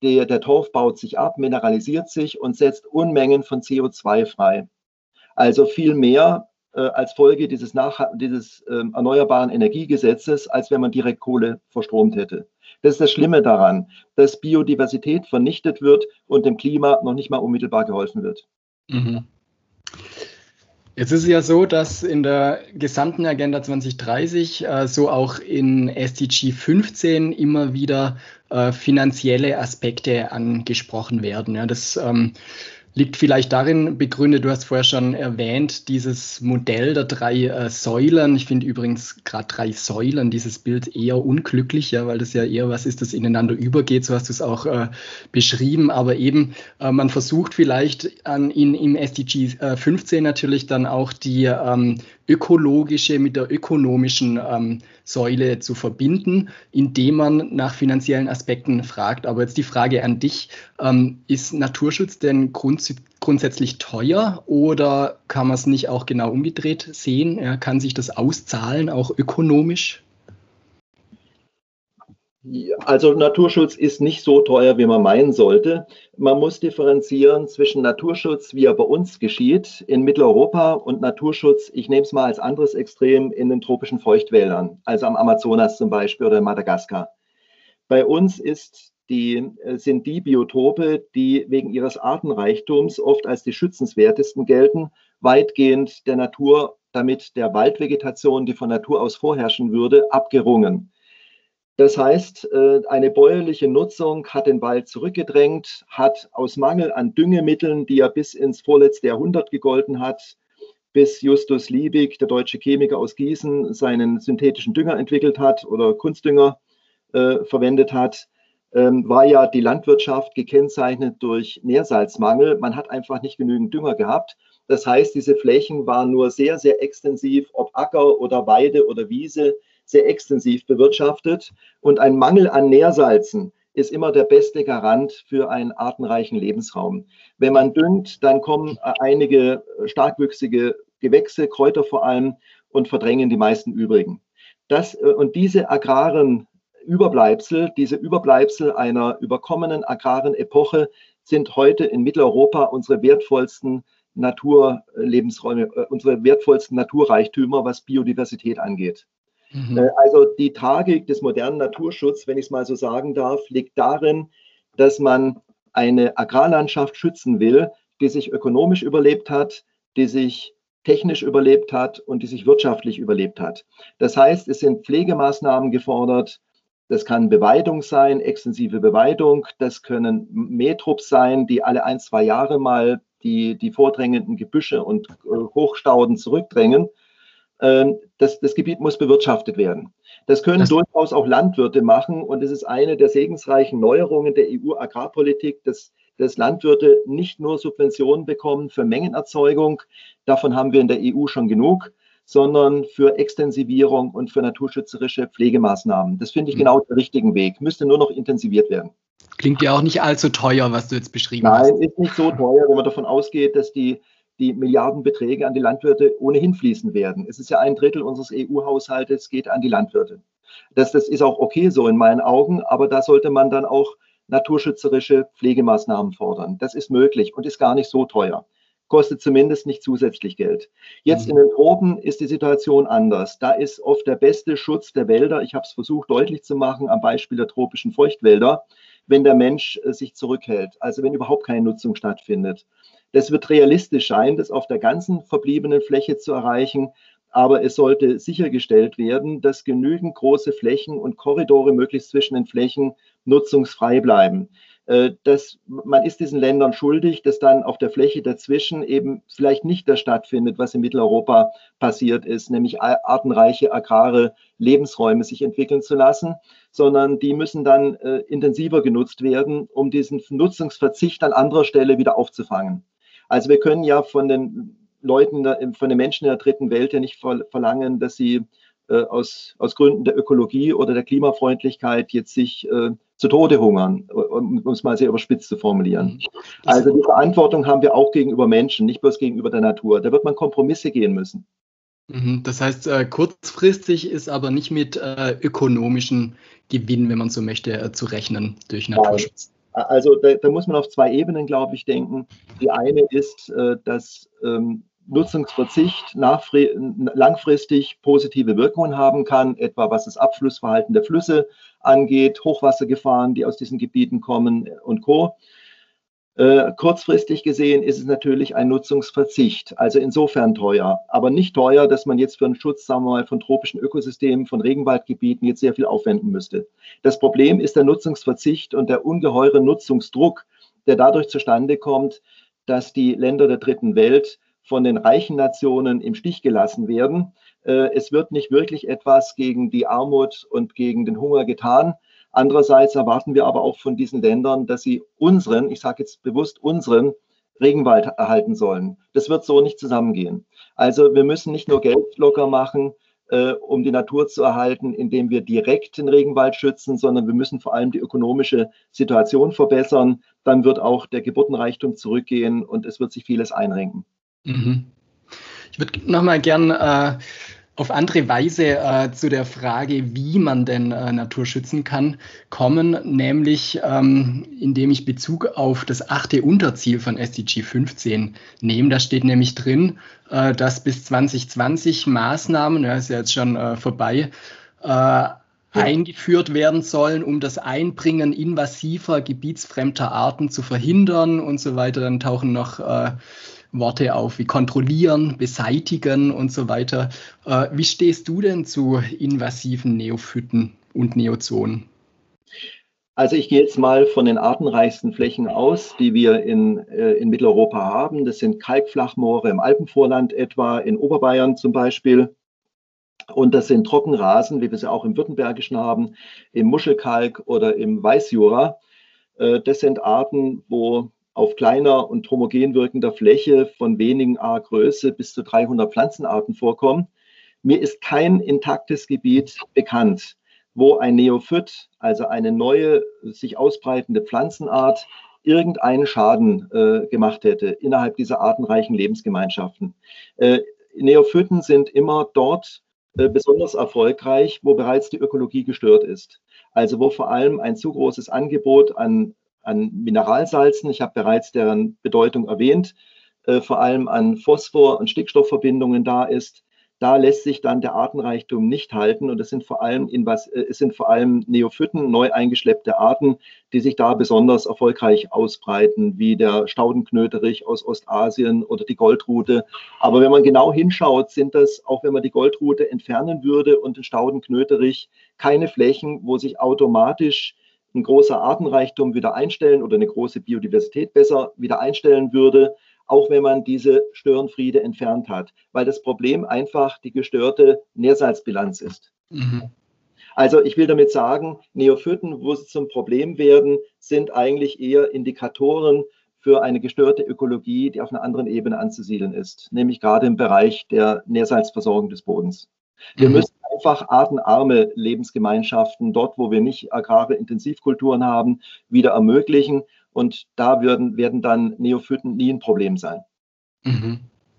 der, der Torf baut sich ab, mineralisiert sich und setzt Unmengen von C O zwei frei. Also viel mehr äh, als Folge dieses, Nach dieses äh, erneuerbaren Energiegesetzes, als wenn man direkt Kohle verstromt hätte. Das ist das Schlimme daran, dass Biodiversität vernichtet wird und dem Klima noch nicht mal unmittelbar geholfen wird. Mhm. Jetzt ist es ja so, dass in der gesamten Agenda zwanzig dreißig, äh, so auch in S D G fünfzehn immer wieder äh, finanzielle Aspekte angesprochen werden. Ja, das ähm, liegt vielleicht darin begründet, du hast vorher schon erwähnt, dieses Modell der drei äh, Säulen. Ich finde übrigens gerade drei Säulen, dieses Bild eher unglücklich, ja, weil das ja eher was ist, das ineinander übergeht, so hast du es auch äh, beschrieben. Aber eben, äh, man versucht vielleicht an, in, im S D G äh, fünfzehn natürlich dann auch die ähm, ökologische mit der ökonomischen ähm, Säule zu verbinden, indem man nach finanziellen Aspekten fragt. Aber jetzt die Frage an dich, ähm, ist Naturschutz denn grunds grundsätzlich teuer oder kann man es nicht auch genau umgedreht sehen? Ja, kann sich das auszahlen, auch ökonomisch? Also Naturschutz ist nicht so teuer, wie man meinen sollte. Man muss differenzieren zwischen Naturschutz, wie er bei uns geschieht, in Mitteleuropa und Naturschutz, ich nehme es mal als anderes Extrem, in den tropischen Feuchtwäldern, also am Amazonas zum Beispiel oder in Madagaskar. Bei uns ist die, sind die Biotope, die wegen ihres Artenreichtums oft als die schützenswertesten gelten, weitgehend der Natur, damit der Waldvegetation, die von Natur aus vorherrschen würde, abgerungen. Das heißt, eine bäuerliche Nutzung hat den Wald zurückgedrängt, hat aus Mangel an Düngemitteln, die ja bis ins vorletzte Jahrhundert gegolten hat, bis Justus Liebig, der deutsche Chemiker aus Gießen, seinen synthetischen Dünger entwickelt hat oder Kunstdünger äh, verwendet hat, ähm, war ja die Landwirtschaft gekennzeichnet durch Nährsalzmangel. Man hat einfach nicht genügend Dünger gehabt. Das heißt, diese Flächen waren nur sehr, sehr extensiv, ob Acker oder Weide oder Wiese, sehr extensiv bewirtschaftet. Und ein Mangel an Nährsalzen ist immer der beste Garant für einen artenreichen Lebensraum. Wenn man düngt, dann kommen einige starkwüchsige Gewächse, Kräuter vor allem, und verdrängen die meisten übrigen. Das, und diese agraren Überbleibsel, diese Überbleibsel einer überkommenen agraren Epoche sind heute in Mitteleuropa unsere wertvollsten Naturlebensräume, unsere wertvollsten Naturreichtümer, was Biodiversität angeht. Mhm. Also die Tragik des modernen Naturschutzes, wenn ich es mal so sagen darf, liegt darin, dass man eine Agrarlandschaft schützen will, die sich ökonomisch überlebt hat, die sich technisch überlebt hat und die sich wirtschaftlich überlebt hat. Das heißt, es sind Pflegemaßnahmen gefordert. Das kann Beweidung sein, extensive Beweidung. Das können Mähtrupps sein, die alle ein, zwei Jahre mal die, die vordrängenden Gebüsche und Hochstauden zurückdrängen. Das, das Gebiet muss bewirtschaftet werden. Das können das durchaus auch Landwirte machen und es ist eine der segensreichen Neuerungen der E U-Agrarpolitik, dass, dass Landwirte nicht nur Subventionen bekommen für Mengenerzeugung, davon haben wir in der E U schon genug, sondern für Extensivierung und für naturschützerische Pflegemaßnahmen. Das finde ich genau den richtigen Weg, müsste nur noch intensiviert werden. Klingt ja auch nicht allzu teuer, was du jetzt beschrieben Nein, hast. Nein, ist nicht so teuer, wenn man davon ausgeht, dass die die Milliardenbeträge an die Landwirte ohnehin fließen werden. Es ist ja ein Drittel unseres E U-Haushaltes geht an die Landwirte. Das, das ist auch okay so in meinen Augen, aber da sollte man dann auch naturschützerische Pflegemaßnahmen fordern. Das ist möglich und ist gar nicht so teuer. Kostet zumindest nicht zusätzlich Geld. Jetzt mhm. in den Tropen ist die Situation anders. Da ist oft der beste Schutz der Wälder, ich habe es versucht deutlich zu machen, am Beispiel der tropischen Feuchtwälder, wenn der Mensch äh, sich zurückhält, also wenn überhaupt keine Nutzung stattfindet. Das wird realistisch sein, das auf der ganzen verbliebenen Fläche zu erreichen, aber es sollte sichergestellt werden, dass genügend große Flächen und Korridore möglichst zwischen den Flächen nutzungsfrei bleiben. Das, man ist diesen Ländern schuldig, dass dann auf der Fläche dazwischen eben vielleicht nicht das stattfindet, was in Mitteleuropa passiert ist, nämlich artenreiche agrare Lebensräume sich entwickeln zu lassen, sondern die müssen dann äh, intensiver genutzt werden, um diesen Nutzungsverzicht an anderer Stelle wieder aufzufangen. Also wir können ja von den Leuten, von den Menschen in der dritten Welt ja nicht verlangen, dass sie äh, aus, aus Gründen der Ökologie oder der Klimafreundlichkeit jetzt sich äh, zu Tode hungern, um es mal sehr überspitzt zu formulieren. Also die Verantwortung haben wir auch gegenüber Menschen, nicht bloß gegenüber der Natur. Da wird man Kompromisse gehen müssen. Das heißt, äh, kurzfristig ist aber nicht mit äh, ökonomischen Gewinn, wenn man so möchte, äh, zu rechnen durch Naturschutz. Also da, da muss man auf zwei Ebenen, glaube ich, denken. Die eine ist, äh, dass ähm, Nutzungsverzicht langfristig positive Wirkungen haben kann, etwa was das Abflussverhalten der Flüsse angeht, Hochwassergefahren, die aus diesen Gebieten kommen und Co. Äh, kurzfristig gesehen ist es natürlich ein Nutzungsverzicht, also insofern teuer, aber nicht teuer, dass man jetzt für den Schutz, sagen wir mal, von tropischen Ökosystemen, von Regenwaldgebieten jetzt sehr viel aufwenden müsste. Das Problem ist der Nutzungsverzicht und der ungeheure Nutzungsdruck, der dadurch zustande kommt, dass die Länder der dritten Welt von den reichen Nationen im Stich gelassen werden. Äh, es wird nicht wirklich etwas gegen die Armut und gegen den Hunger getan. Andererseits erwarten wir aber auch von diesen Ländern, dass sie unseren, ich sage jetzt bewusst unseren, Regenwald erhalten sollen. Das wird so nicht zusammengehen. Also wir müssen nicht nur Geld locker machen, äh, um die Natur zu erhalten, indem wir direkt den Regenwald schützen, sondern wir müssen vor allem die ökonomische Situation verbessern. Dann wird auch der Geburtenreichtum zurückgehen und es wird sich vieles einrenken. Mhm. Ich würde noch mal gern äh, auf andere Weise äh, zu der Frage, wie man denn äh, Natur schützen kann, kommen, nämlich ähm, indem ich Bezug auf das achte Unterziel von S D G fünfzehn nehme. Da steht nämlich drin, äh, dass bis zwanzig zwanzig Maßnahmen, ja, ist ja jetzt schon äh, vorbei, äh, ja. eingeführt werden sollen, um das Einbringen invasiver, gebietsfremder Arten zu verhindern und so weiter. Dann tauchen noch äh, Worte auf wie kontrollieren, beseitigen und so weiter. Äh, wie stehst du denn zu invasiven Neophyten und Neozoen? Also ich gehe jetzt mal von den artenreichsten Flächen aus, die wir in, äh, in Mitteleuropa haben. Das sind Kalkflachmoore im Alpenvorland etwa, in Oberbayern zum Beispiel. Und das sind Trockenrasen, wie wir sie auch im Württembergischen haben, im Muschelkalk oder im Weißjura. Äh, das sind Arten, wo auf kleiner und homogen wirkender Fläche von wenigen A-Größe bis zu dreihundert Pflanzenarten vorkommen. Mir ist kein intaktes Gebiet bekannt, wo ein Neophyt, also eine neue, sich ausbreitende Pflanzenart, irgendeinen Schaden äh, gemacht hätte innerhalb dieser artenreichen Lebensgemeinschaften. Äh, Neophyten sind immer dort äh, besonders erfolgreich, wo bereits die Ökologie gestört ist. Also wo vor allem ein zu großes Angebot an an Mineralsalzen, ich habe bereits deren Bedeutung erwähnt, äh, vor allem an Phosphor- und Stickstoffverbindungen da ist, da lässt sich dann der Artenreichtum nicht halten und es sind vor allem, Invas äh, es sind vor allem Neophyten, neu eingeschleppte Arten, die sich da besonders erfolgreich ausbreiten, wie der Staudenknöterich aus Ostasien oder die Goldrute. Aber wenn man genau hinschaut, sind das, auch wenn man die Goldrute entfernen würde und den Staudenknöterich, keine Flächen, wo sich automatisch ein großer Artenreichtum wieder einstellen oder eine große Biodiversität besser wieder einstellen würde, auch wenn man diese Störenfriede entfernt hat, weil das Problem einfach die gestörte Nährsalzbilanz ist. Mhm. Also ich will damit sagen, Neophyten, wo sie zum Problem werden, sind eigentlich eher Indikatoren für eine gestörte Ökologie, die auf einer anderen Ebene anzusiedeln ist, nämlich gerade im Bereich der Nährsalzversorgung des Bodens. Wir mhm. müssen einfach artenarme Lebensgemeinschaften, dort wo wir nicht agrare Intensivkulturen haben, wieder ermöglichen. Und da werden, werden dann Neophyten nie ein Problem sein. Mhm.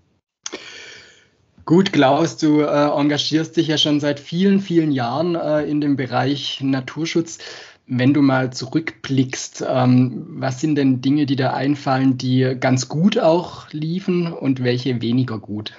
Gut, Klaus, du äh, engagierst dich ja schon seit vielen, vielen Jahren äh, in dem Bereich Naturschutz. Wenn du mal zurückblickst, ähm, was sind denn Dinge, die da einfallen, die ganz gut auch liefen und welche weniger gut?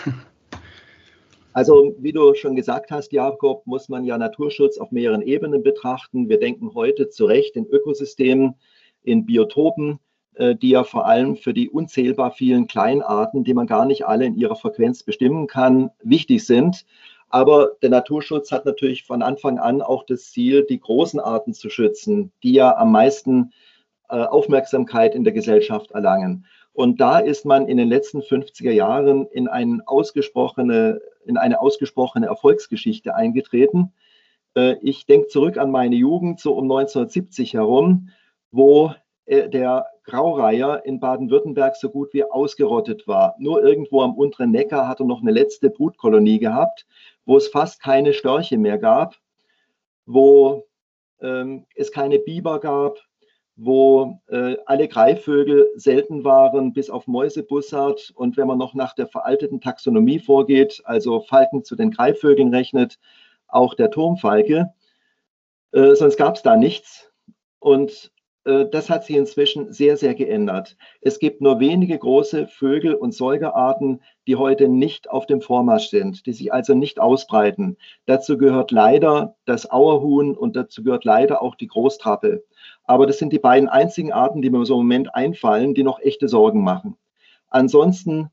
Also, wie du schon gesagt hast, Jakob, muss man ja Naturschutz auf mehreren Ebenen betrachten. Wir denken heute zu Recht in Ökosystemen, in Biotopen, äh, die ja vor allem für die unzählbar vielen Kleinarten, die man gar nicht alle in ihrer Frequenz bestimmen kann, wichtig sind. Aber der Naturschutz hat natürlich von Anfang an auch das Ziel, die großen Arten zu schützen, die ja am meisten äh, Aufmerksamkeit in der Gesellschaft erlangen. Und da ist man in den letzten fünfziger Jahren in, ein ausgesprochene, in eine ausgesprochene Erfolgsgeschichte eingetreten. Äh, ich denke zurück an meine Jugend, so um neunzehnhundertsiebzig herum, wo äh, der Graureiher in Baden-Württemberg so gut wie ausgerottet war. Nur irgendwo am unteren Neckar hat er noch eine letzte Brutkolonie gehabt, wo es fast keine Störche mehr gab, wo ähm, es keine Biber gab, wo äh, alle Greifvögel selten waren, bis auf Mäusebussard. Und wenn man noch nach der veralteten Taxonomie vorgeht, also Falken zu den Greifvögeln rechnet, auch der Turmfalke, äh, sonst gab es da nichts. Und das hat sich inzwischen sehr, sehr geändert. Es gibt nur wenige große Vögel- und Säugerarten, die heute nicht auf dem Vormarsch sind, die sich also nicht ausbreiten. Dazu gehört leider das Auerhuhn und dazu gehört leider auch die Großtrappe. Aber das sind die beiden einzigen Arten, die mir so im Moment einfallen, die noch echte Sorgen machen. Ansonsten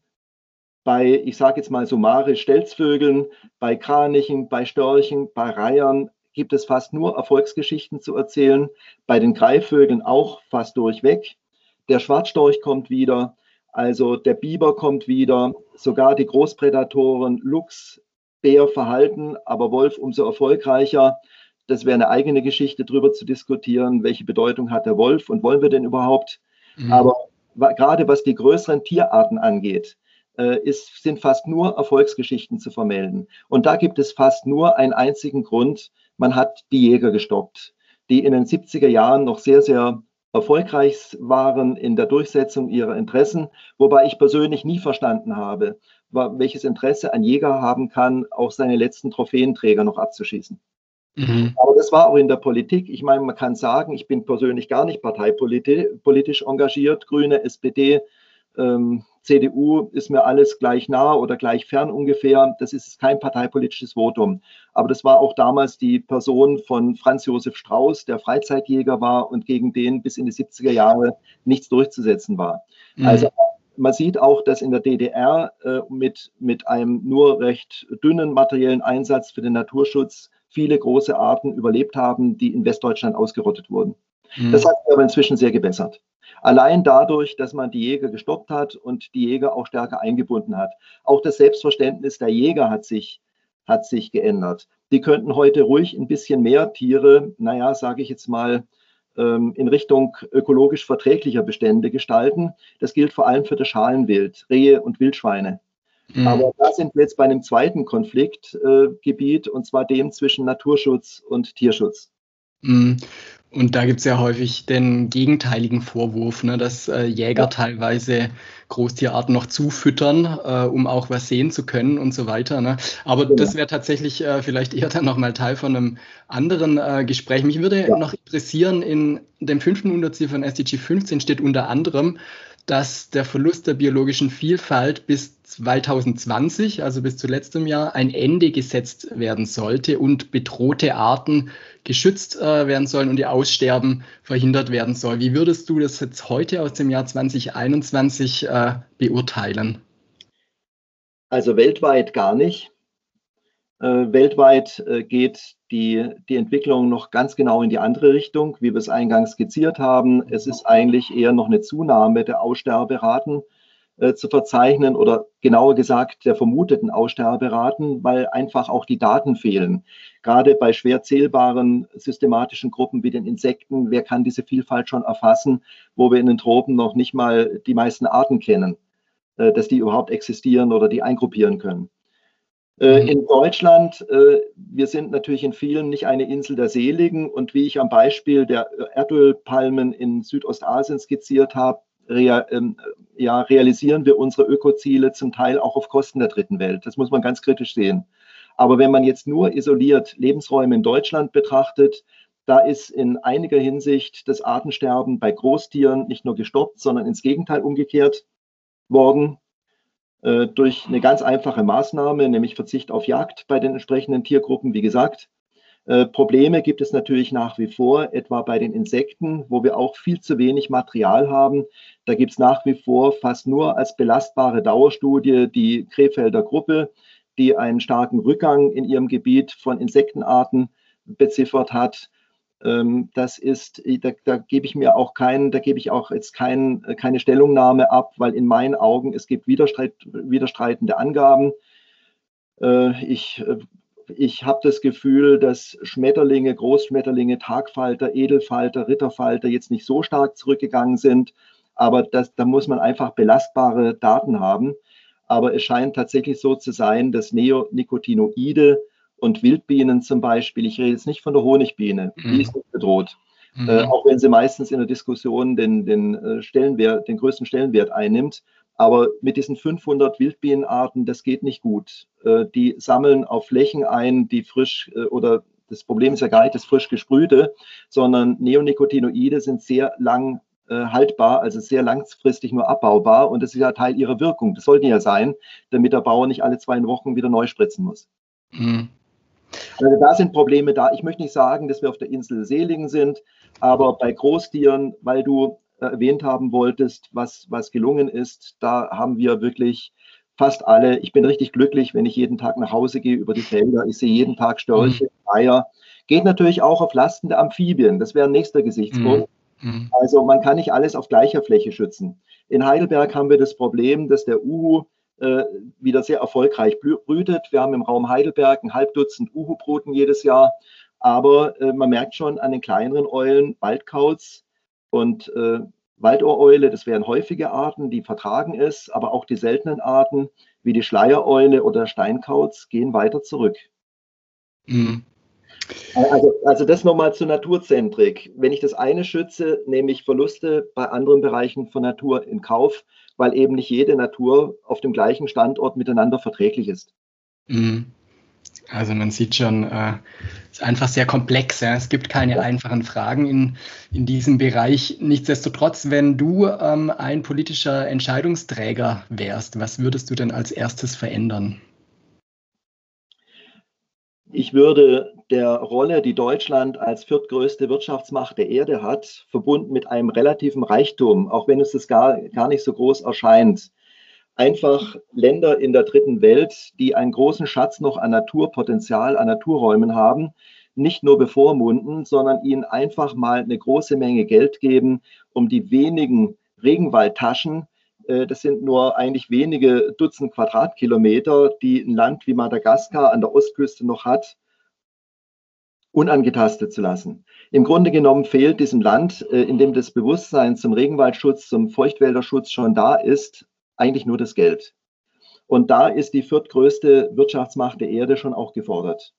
bei, ich sage jetzt mal summarisch, Stelzvögeln, bei Kranichen, bei Störchen, bei Reihern gibt es fast nur Erfolgsgeschichten zu erzählen. Bei den Greifvögeln auch fast durchweg. Der Schwarzstorch kommt wieder, also der Biber kommt wieder, sogar die Großprädatoren Luchs, Bär verhalten, aber Wolf umso erfolgreicher. Das wäre eine eigene Geschichte, darüber zu diskutieren, welche Bedeutung hat der Wolf und wollen wir denn überhaupt? Mhm. Aber gerade was die größeren Tierarten angeht, ist, sind fast nur Erfolgsgeschichten zu vermelden. Und da gibt es fast nur einen einzigen Grund: Man hat die Jäger gestoppt, die in den siebziger Jahren noch sehr, sehr erfolgreich waren in der Durchsetzung ihrer Interessen, wobei ich persönlich nie verstanden habe, welches Interesse ein Jäger haben kann, auch seine letzten Trophäenträger noch abzuschießen. Mhm. Aber das war auch in der Politik. Ich meine, man kann sagen, ich bin persönlich gar nicht parteipolitisch engagiert, Grüne, S P D, ähm, C D U ist mir alles gleich nah oder gleich fern ungefähr. Das ist kein parteipolitisches Votum. Aber das war auch damals die Person von Franz Josef Strauß, der Freizeitjäger war und gegen den bis in die siebziger Jahre nichts durchzusetzen war. Mhm. Also man sieht auch, dass in der D D R äh, mit, mit einem nur recht dünnen materiellen Einsatz für den Naturschutz viele große Arten überlebt haben, die in Westdeutschland ausgerottet wurden. Mhm. Das hat sich aber inzwischen sehr gebessert. Allein dadurch, dass man die Jäger gestoppt hat und die Jäger auch stärker eingebunden hat. Auch das Selbstverständnis der Jäger hat sich, hat sich geändert. Die könnten heute ruhig ein bisschen mehr Tiere, naja, sage ich jetzt mal, in Richtung ökologisch verträglicher Bestände gestalten. Das gilt vor allem für das Schalenwild, Rehe und Wildschweine. Mhm. Aber da sind wir jetzt bei einem zweiten Konfliktgebiet, und zwar dem zwischen Naturschutz und Tierschutz. Mhm. Und da gibt es ja häufig den gegenteiligen Vorwurf, ne, dass äh, Jäger ja. teilweise Großtierarten noch zufüttern, äh, um auch was sehen zu können und so weiter. Ne? Aber genau. Das wäre tatsächlich äh, vielleicht eher dann nochmal Teil von einem anderen äh, Gespräch. Mich würde ja. noch interessieren, in dem fünften Unterziel von S D G fünfzehn steht unter anderem, dass der Verlust der biologischen Vielfalt bis zweitausendzwanzig, also bis zu letztem Jahr, ein Ende gesetzt werden sollte und bedrohte Arten geschützt äh, werden sollen und ihr Aussterben verhindert werden soll. Wie würdest du das jetzt heute aus dem Jahr zweitausendeinundzwanzig äh, beurteilen? Also weltweit gar nicht. Äh, weltweit äh, geht die, die Entwicklung noch ganz genau in die andere Richtung, wie wir es eingangs skizziert haben. Es ist eigentlich eher noch eine Zunahme der Aussterberaten äh, zu verzeichnen oder genauer gesagt der vermuteten Aussterberaten, weil einfach auch die Daten fehlen. Gerade bei schwer zählbaren systematischen Gruppen wie den Insekten, wer kann diese Vielfalt schon erfassen, wo wir in den Tropen noch nicht mal die meisten Arten kennen, äh, dass die überhaupt existieren oder die eingruppieren können. In Deutschland, wir sind natürlich in vielen nicht eine Insel der Seligen, und wie ich am Beispiel der Erdölpalmen in Südostasien skizziert habe, rea, ja, realisieren wir unsere Ökoziele zum Teil auch auf Kosten der dritten Welt. Das muss man ganz kritisch sehen. Aber wenn man jetzt nur isoliert Lebensräume in Deutschland betrachtet, da ist in einiger Hinsicht das Artensterben bei Großtieren nicht nur gestoppt, sondern ins Gegenteil umgekehrt worden. Durch eine ganz einfache Maßnahme, nämlich Verzicht auf Jagd bei den entsprechenden Tiergruppen, wie gesagt. Äh, Probleme gibt es natürlich nach wie vor, etwa bei den Insekten, wo wir auch viel zu wenig Material haben. Da gibt es nach wie vor fast nur als belastbare Dauerstudie die Krefelder Gruppe, die einen starken Rückgang in ihrem Gebiet von Insektenarten beziffert hat. Das ist, da, da gebe ich mir auch keinen, da gebe ich auch jetzt kein, keine Stellungnahme ab, weil in meinen Augen es gibt widerstreit, widerstreitende Angaben. Ich, ich habe das Gefühl, dass Schmetterlinge, Großschmetterlinge, Tagfalter, Edelfalter, Ritterfalter jetzt nicht so stark zurückgegangen sind, aber das, da muss man einfach belastbare Daten haben. Aber es scheint tatsächlich so zu sein, dass Neonicotinoide und Wildbienen zum Beispiel, ich rede jetzt nicht von der Honigbiene, mhm. die ist nicht bedroht, mhm. äh, auch wenn sie meistens in der Diskussion den, den, Stellenwert, den größten Stellenwert einnimmt. Aber mit diesen fünfhundert Wildbienenarten, das geht nicht gut. Äh, die sammeln auf Flächen ein, die frisch äh, oder das Problem ist ja gar nicht das frisch gesprühte, sondern Neonicotinoide sind sehr lang äh, haltbar, also sehr langfristig nur abbaubar und das ist ja Teil ihrer Wirkung. Das sollte ja sein, damit der Bauer nicht alle zwei Wochen wieder neu spritzen muss. Mhm. Also da sind Probleme da. Ich möchte nicht sagen, dass wir auf der Insel Seligen sind, aber bei Großtieren, weil du erwähnt haben wolltest, was, was gelungen ist, da haben wir wirklich fast alle. Ich bin richtig glücklich, wenn ich jeden Tag nach Hause gehe über die Felder. Ich sehe jeden Tag Störche, Eier. Geht natürlich auch auf Lasten der Amphibien. Das wäre ein nächster Gesichtspunkt. Mhm. Also man kann nicht alles auf gleicher Fläche schützen. In Heidelberg haben wir das Problem, dass der Uhu äh, wieder sehr erfolgreich brütet. Wir haben im Raum Heidelberg ein halb Dutzend Uhu-Bruten jedes Jahr. Aber äh, man merkt schon an den kleineren Eulen, Waldkauz und äh, Waldohreule, das wären häufige Arten, die vertragen es, aber auch die seltenen Arten wie die Schleiereule oder Steinkauz gehen weiter zurück. Mhm. Also, also das nochmal zur Naturzentrik. Wenn ich das eine schütze, nehme ich Verluste bei anderen Bereichen von Natur in Kauf, weil eben nicht jede Natur auf dem gleichen Standort miteinander verträglich ist. Mhm. Also man sieht schon, äh, es ist einfach sehr komplex. Ja? Es gibt keine ja. einfachen Fragen in, in diesem Bereich. Nichtsdestotrotz, wenn du ähm, ein politischer Entscheidungsträger wärst, was würdest du denn als erstes verändern? Ich würde der Rolle, die Deutschland als viertgrößte Wirtschaftsmacht der Erde hat, verbunden mit einem relativen Reichtum, auch wenn es das gar, gar nicht so groß erscheint, einfach Länder in der dritten Welt, die einen großen Schatz noch an Naturpotenzial, an Naturräumen haben, nicht nur bevormunden, sondern ihnen einfach mal eine große Menge Geld geben, um die wenigen Regenwaldtaschen, äh, das sind nur eigentlich wenige Dutzend Quadratkilometer, die ein Land wie Madagaskar an der Ostküste noch hat, unangetastet zu lassen. Im Grunde genommen fehlt diesem Land, äh, in dem das Bewusstsein zum Regenwaldschutz, zum Feuchtwälderschutz schon da ist, eigentlich nur das Geld. Und da ist die viertgrößte Wirtschaftsmacht der Erde schon auch gefordert.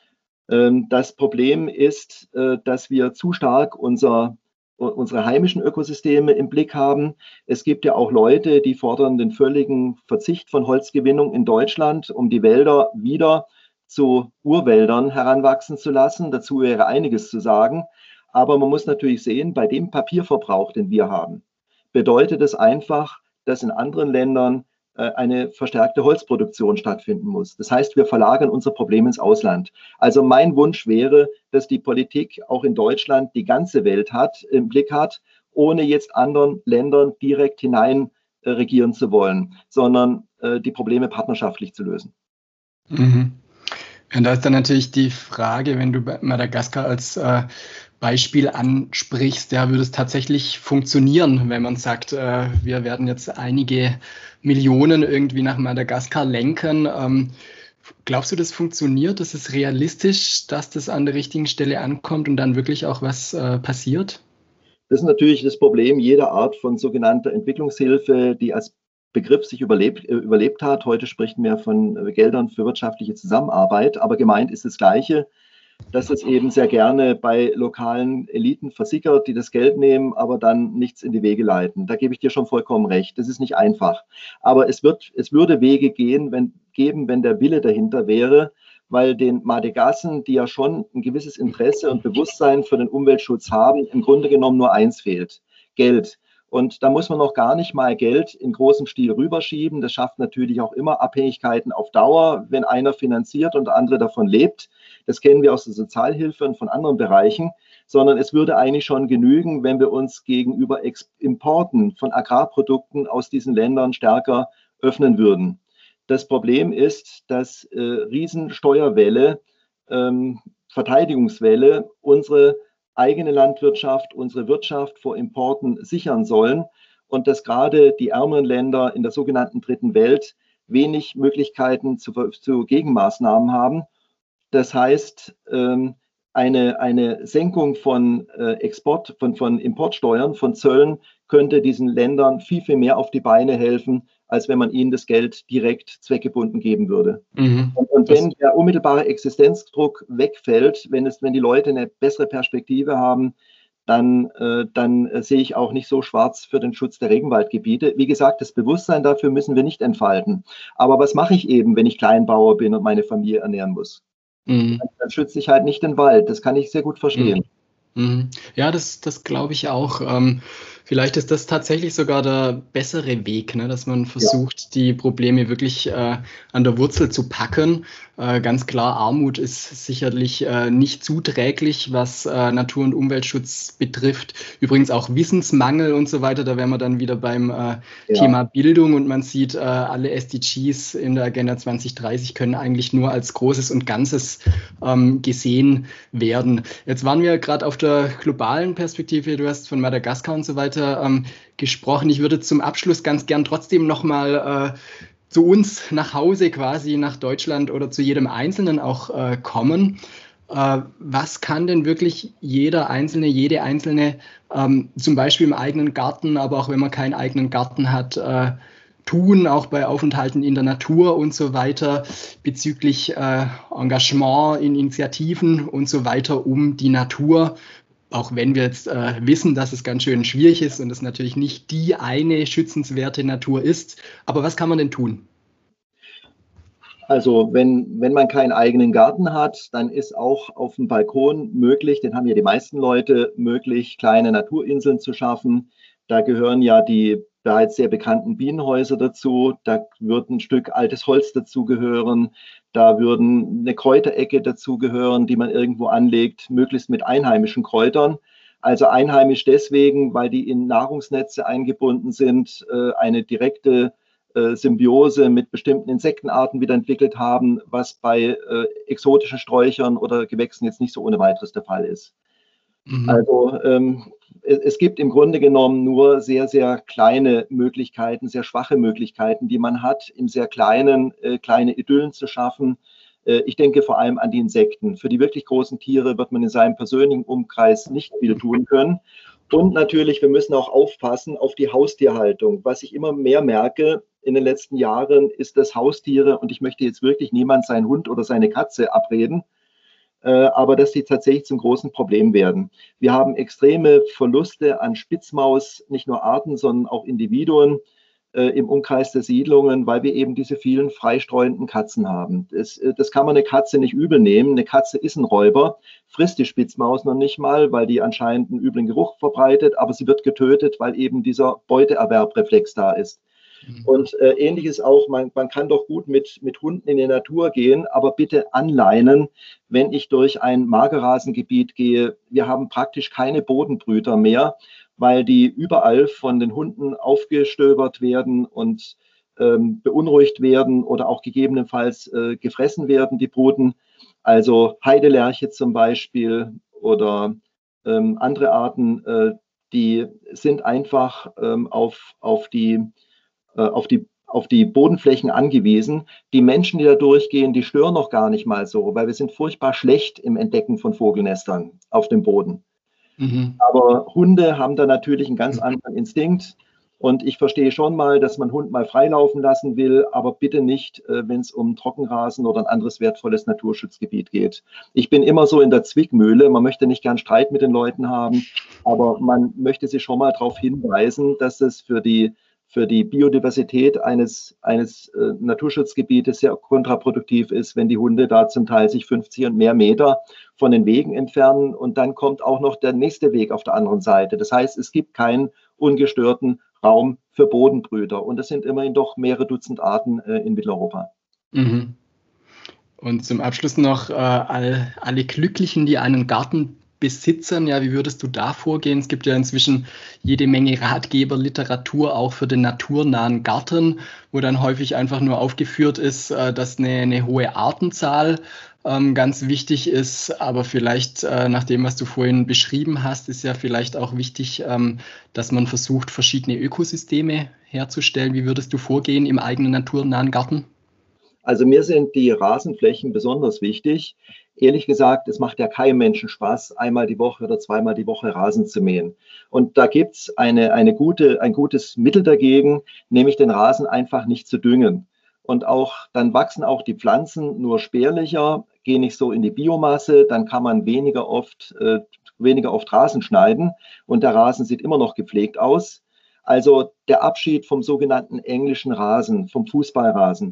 Das Problem ist, dass wir zu stark unser, unsere heimischen Ökosysteme im Blick haben. Es gibt ja auch Leute, die fordern den völligen Verzicht von Holzgewinnung in Deutschland, um die Wälder wieder zu Urwäldern heranwachsen zu lassen. Dazu wäre einiges zu sagen. Aber man muss natürlich sehen, bei dem Papierverbrauch, den wir haben, bedeutet es einfach, dass in anderen Ländern äh, eine verstärkte Holzproduktion stattfinden muss. Das heißt, wir verlagern unser Problem ins Ausland. Also mein Wunsch wäre, dass die Politik auch in Deutschland die ganze Welt hat, im Blick hat, ohne jetzt anderen Ländern direkt hinein äh, regieren zu wollen, sondern äh, die Probleme partnerschaftlich zu lösen. Mhm. Und da ist dann natürlich die Frage, wenn du Madagaskar als äh, Beispiel ansprichst, ja, würde es tatsächlich funktionieren, wenn man sagt, äh, wir werden jetzt einige Millionen irgendwie nach Madagaskar lenken. Ähm, glaubst du, das funktioniert? Ist es realistisch, dass das an der richtigen Stelle ankommt und dann wirklich auch was äh, passiert? Das ist natürlich das Problem jeder Art von sogenannter Entwicklungshilfe, die als Begriff sich überlebt, äh, überlebt hat. Heute spricht man ja von äh, Geldern für wirtschaftliche Zusammenarbeit, aber gemeint ist das Gleiche, dass es eben sehr gerne bei lokalen Eliten versickert, die das Geld nehmen, aber dann nichts in die Wege leiten. Da gebe ich dir schon vollkommen recht. Das ist nicht einfach. Aber es wird, es würde Wege gehen, wenn, geben, wenn der Wille dahinter wäre, weil den Madagassen, die ja schon ein gewisses Interesse und Bewusstsein für den Umweltschutz haben, im Grunde genommen nur eins fehlt: Geld. Und da muss man noch gar nicht mal Geld in großem Stil rüberschieben. Das schafft natürlich auch immer Abhängigkeiten auf Dauer, wenn einer finanziert und der andere davon lebt. Das kennen wir aus der Sozialhilfe und von anderen Bereichen, sondern es würde eigentlich schon genügen, wenn wir uns gegenüber Ex- Importen von Agrarprodukten aus diesen Ländern stärker öffnen würden. Das Problem ist, dass äh, Riesensteuerwelle, ähm, Verteidigungswelle unsere eigene Landwirtschaft, unsere Wirtschaft vor Importen sichern sollen und dass gerade die ärmeren Länder in der sogenannten dritten Welt wenig Möglichkeiten zu, zu Gegenmaßnahmen haben. Das heißt, ähm, eine, eine Senkung von äh, Export, von, von Importsteuern, von Zöllen könnte diesen Ländern viel, viel mehr auf die Beine helfen, als wenn man ihnen das Geld direkt zweckgebunden geben würde. Mhm. Und, und wenn der unmittelbare Existenzdruck wegfällt, wenn, es, wenn die Leute eine bessere Perspektive haben, dann, äh, dann äh, sehe ich auch nicht so schwarz für den Schutz der Regenwaldgebiete. Wie gesagt, das Bewusstsein dafür müssen wir nicht entfalten. Aber was mache ich eben, wenn ich Kleinbauer bin und meine Familie ernähren muss? Mhm. Dann, dann schütze ich halt nicht den Wald. Das kann ich sehr gut verstehen. Mhm. Mhm. Ja, das, das glaube ich auch. Ähm, vielleicht ist das tatsächlich sogar der bessere Weg, ne? Dass man Ja, versucht, die Probleme wirklich äh, an der Wurzel zu packen. Äh, ganz klar, Armut ist sicherlich äh, nicht zuträglich, was äh, Natur- und Umweltschutz betrifft. Übrigens auch Wissensmangel und so weiter. Da wären wir dann wieder beim äh, ja. Thema Bildung, und man sieht, äh, alle S D Gs in der Agenda zwanzig dreißig können eigentlich nur als Großes und Ganzes ähm, gesehen werden. Jetzt waren wir gerade auf der globalen Perspektive. Du hast von Madagaskar und so weiter ähm, gesprochen. Ich würde zum Abschluss ganz gern trotzdem nochmal äh, zu uns nach Hause, quasi nach Deutschland oder zu jedem Einzelnen auch äh, kommen. Äh, was kann denn wirklich jeder Einzelne, jede Einzelne, ähm, zum Beispiel im eigenen Garten, aber auch wenn man keinen eigenen Garten hat, äh, tun, auch bei Aufenthalten in der Natur und so weiter, bezüglich äh, Engagement in Initiativen und so weiter, um die Natur, auch wenn wir jetzt äh, wissen, dass es ganz schön schwierig ist und es natürlich nicht die eine schützenswerte Natur ist. Aber was kann man denn tun? Also wenn, wenn man keinen eigenen Garten hat, dann ist auch auf dem Balkon möglich, den haben ja die meisten Leute, möglich, kleine Naturinseln zu schaffen. Da gehören ja die bereits sehr bekannten Bienenhäuser dazu. Da wird ein Stück altes Holz dazugehören. Da würden eine Kräuterecke dazugehören, die man irgendwo anlegt, möglichst mit einheimischen Kräutern. Also einheimisch deswegen, weil die in Nahrungsnetze eingebunden sind, äh, eine direkte äh, Symbiose mit bestimmten Insektenarten wieder entwickelt haben, was bei äh, exotischen Sträuchern oder Gewächsen jetzt nicht so ohne weiteres der Fall ist. Mhm. Also ähm, es, es gibt im Grunde genommen nur sehr, sehr kleine Möglichkeiten, sehr schwache Möglichkeiten, die man hat, im sehr kleinen, äh, kleine Idyllen zu schaffen. Äh, ich denke vor allem an die Insekten. Für die wirklich großen Tiere wird man in seinem persönlichen Umkreis nicht viel tun können. Und natürlich, wir müssen auch aufpassen auf die Haustierhaltung. Was ich immer mehr merke in den letzten Jahren, ist, dass Haustiere, und ich möchte jetzt wirklich niemand seinen Hund oder seine Katze abreden, äh, aber dass die tatsächlich zum großen Problem werden. Wir haben extreme Verluste an Spitzmaus, nicht nur Arten, sondern auch Individuen äh, im Umkreis der Siedlungen, weil wir eben diese vielen freistreuenden Katzen haben. Das, äh, das kann man eine Katze nicht übel nehmen. Eine Katze ist ein Räuber, frisst die Spitzmaus noch nicht mal, weil die anscheinend einen üblen Geruch verbreitet, aber sie wird getötet, weil eben dieser Beuteerwerbreflex da ist. Und äh, ähnliches auch, man, man kann doch gut mit, mit Hunden in die Natur gehen, aber bitte anleinen, wenn ich durch ein Magerrasengebiet gehe. Wir haben praktisch keine Bodenbrüter mehr, weil die überall von den Hunden aufgestöbert werden und ähm, beunruhigt werden oder auch gegebenenfalls äh, gefressen werden, die Bruten. Also Heidelerche zum Beispiel oder ähm, andere Arten, äh, die sind einfach ähm, auf, auf die äh, auf die, auf die Bodenflächen angewiesen. Die Menschen, die da durchgehen, die stören noch gar nicht mal so, weil wir sind furchtbar schlecht im Entdecken von Vogelnestern auf dem Boden. Mhm. Aber Hunde haben da natürlich einen ganz anderen Instinkt. Und ich verstehe schon mal, dass man Hund mal freilaufen lassen will, aber bitte nicht, äh, wenn es um Trockenrasen oder ein anderes wertvolles Naturschutzgebiet geht. Ich bin immer so in der Zwickmühle. Man möchte nicht gern Streit mit den Leuten haben, aber man möchte sie schon mal darauf hinweisen, dass es für die, für die Biodiversität eines, eines äh, Naturschutzgebietes sehr kontraproduktiv ist, wenn die Hunde da zum Teil sich fünfzig und mehr Meter von den Wegen entfernen und dann kommt auch noch der nächste Weg auf der anderen Seite. Das heißt, es gibt keinen ungestörten Raum für Bodenbrüter und es sind immerhin doch mehrere Dutzend Arten äh, in Mitteleuropa. Mhm. Und zum Abschluss noch äh, all, alle Glücklichen, die einen Garten besitzen. Ja, wie würdest du da vorgehen? Es gibt ja inzwischen jede Menge Ratgeber, Literatur auch für den naturnahen Garten, wo dann häufig einfach nur aufgeführt ist, äh, dass eine, eine hohe Artenzahl ähm, ganz wichtig ist. Aber vielleicht äh, nach dem, was du vorhin beschrieben hast, ist ja vielleicht auch wichtig, ähm, dass man versucht, verschiedene Ökosysteme herzustellen. Wie würdest du vorgehen im eigenen naturnahen Garten? Also mir sind die Rasenflächen besonders wichtig. Ehrlich gesagt, es macht ja keinem Menschen Spaß, einmal die Woche oder zweimal die Woche Rasen zu mähen. Und da gibt es eine, eine gute, ein gutes Mittel dagegen, nämlich den Rasen einfach nicht zu düngen. Und auch dann wachsen auch die Pflanzen nur spärlicher, gehen nicht so in die Biomasse, dann kann man weniger oft, äh, weniger oft Rasen schneiden und der Rasen sieht immer noch gepflegt aus. Also der Abschied vom sogenannten englischen Rasen, vom Fußballrasen,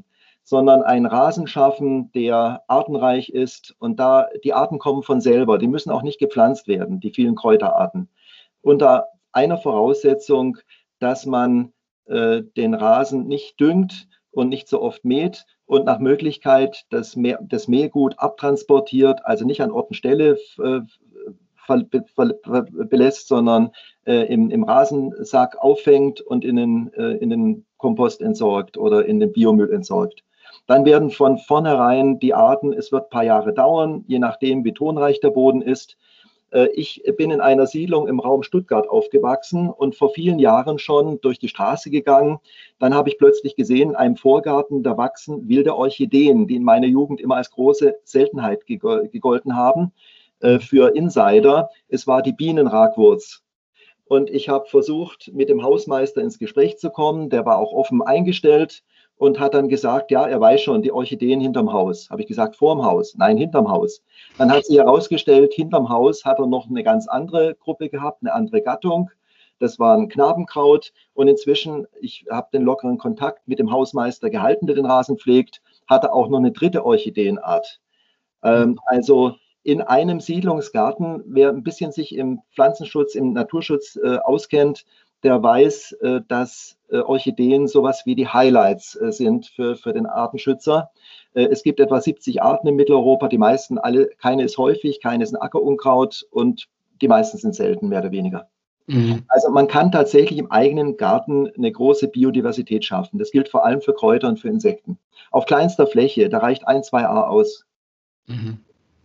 sondern einen Rasen schaffen, der artenreich ist. Und da die Arten kommen von selber, die müssen auch nicht gepflanzt werden, die vielen Kräuterarten. Unter einer Voraussetzung, dass man äh, den Rasen nicht düngt und nicht so oft mäht und nach Möglichkeit das, Mäh, das Mähgut abtransportiert, also nicht an Ort und Stelle äh, ver, ver, ver, belässt, sondern äh, im, im Rasensack auffängt und in den, äh, in den Kompost entsorgt oder in den Biomüll entsorgt. Dann werden von vornherein die Arten, es wird ein paar Jahre dauern, je nachdem, wie tonreich der Boden ist. Ich bin in einer Siedlung im Raum Stuttgart aufgewachsen und vor vielen Jahren schon durch die Straße gegangen. Dann habe ich plötzlich gesehen, in einem Vorgarten, da wachsen wilde Orchideen, die in meiner Jugend immer als große Seltenheit gegolten haben. Für Insider, es war die Bienenragwurz. Und ich habe versucht, mit dem Hausmeister ins Gespräch zu kommen. Der war auch offen eingestellt und hat dann gesagt, ja, er weiß schon, die Orchideen hinterm Haus. Habe ich gesagt, vorm Haus? Nein, hinterm Haus. Dann hat sich herausgestellt, hinterm Haus hat er noch eine ganz andere Gruppe gehabt, eine andere Gattung. Das war ein Knabenkraut. Und inzwischen, ich habe den lockeren Kontakt mit dem Hausmeister gehalten, der den Rasen pflegt, hatte auch noch eine dritte Orchideenart. Ähm, also in einem Siedlungsgarten, wer ein bisschen sich im Pflanzenschutz, im Naturschutz äh, auskennt, der weiß, äh, dass äh, Orchideen sowas wie die Highlights äh, sind für, für den Artenschützer. Äh, es gibt etwa siebzig Arten in Mitteleuropa, die meisten alle, keine ist häufig, keine ist ein Ackerunkraut und die meisten sind selten, mehr oder weniger. Mhm. Also man kann tatsächlich im eigenen Garten eine große Biodiversität schaffen. Das gilt vor allem für Kräuter und für Insekten. Auf kleinster Fläche, da reicht ein, zwei Ar aus. Mhm.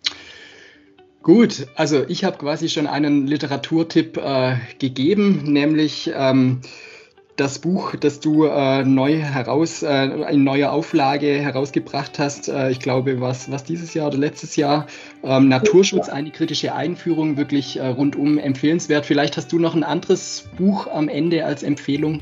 Gut, also ich habe quasi schon einen Literaturtipp äh, gegeben, nämlich ähm, das Buch, das du äh, neu heraus, äh, in neuer Auflage herausgebracht hast, äh, ich glaube, was, was dieses Jahr oder letztes Jahr, ähm, Naturschutz, eine kritische Einführung, wirklich äh, rundum empfehlenswert. Vielleicht hast du noch ein anderes Buch am Ende als Empfehlung?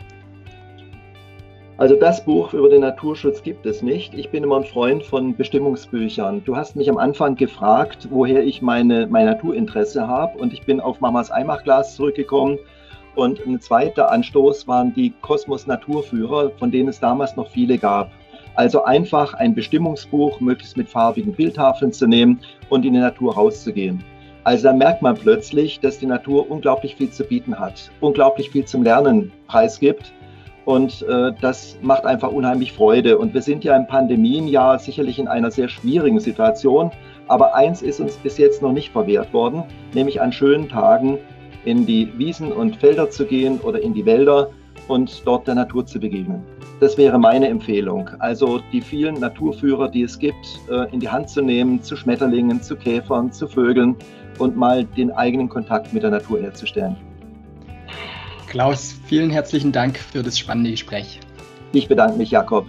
Also das Buch über den Naturschutz gibt es nicht. Ich bin immer ein Freund von Bestimmungsbüchern. Du hast mich am Anfang gefragt, woher ich meine, mein Naturinteresse habe, und ich bin auf Mamas Eimachglas zurückgekommen. Und ein zweiter Anstoß waren die Kosmos-Naturführer, von denen es damals noch viele gab. Also einfach ein Bestimmungsbuch, möglichst mit farbigen Bildtafeln zu nehmen und in die Natur rauszugehen. Also da merkt man plötzlich, dass die Natur unglaublich viel zu bieten hat, unglaublich viel zum Lernen preisgibt. Und äh, das macht einfach unheimlich Freude. Und wir sind ja im Pandemienjahr sicherlich in einer sehr schwierigen Situation. Aber eins ist uns bis jetzt noch nicht verwehrt worden, nämlich an schönen Tagen in die Wiesen und Felder zu gehen oder in die Wälder und dort der Natur zu begegnen. Das wäre meine Empfehlung. Also die vielen Naturführer, die es gibt, äh, in die Hand zu nehmen, zu Schmetterlingen, zu Käfern, zu Vögeln und mal den eigenen Kontakt mit der Natur herzustellen. Klaus, vielen herzlichen Dank für das spannende Gespräch. Ich bedanke mich, Jakob.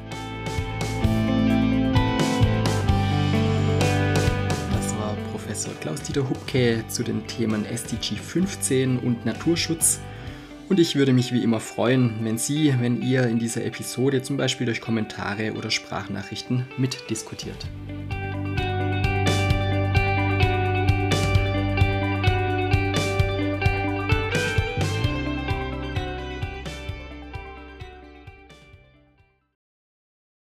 Das war Professor Klaus-Dieter Hupke zu den Themen S D G fünfzehn und Naturschutz. Und ich würde mich wie immer freuen, wenn Sie, wenn ihr in dieser Episode zum Beispiel durch Kommentare oder Sprachnachrichten mitdiskutiert.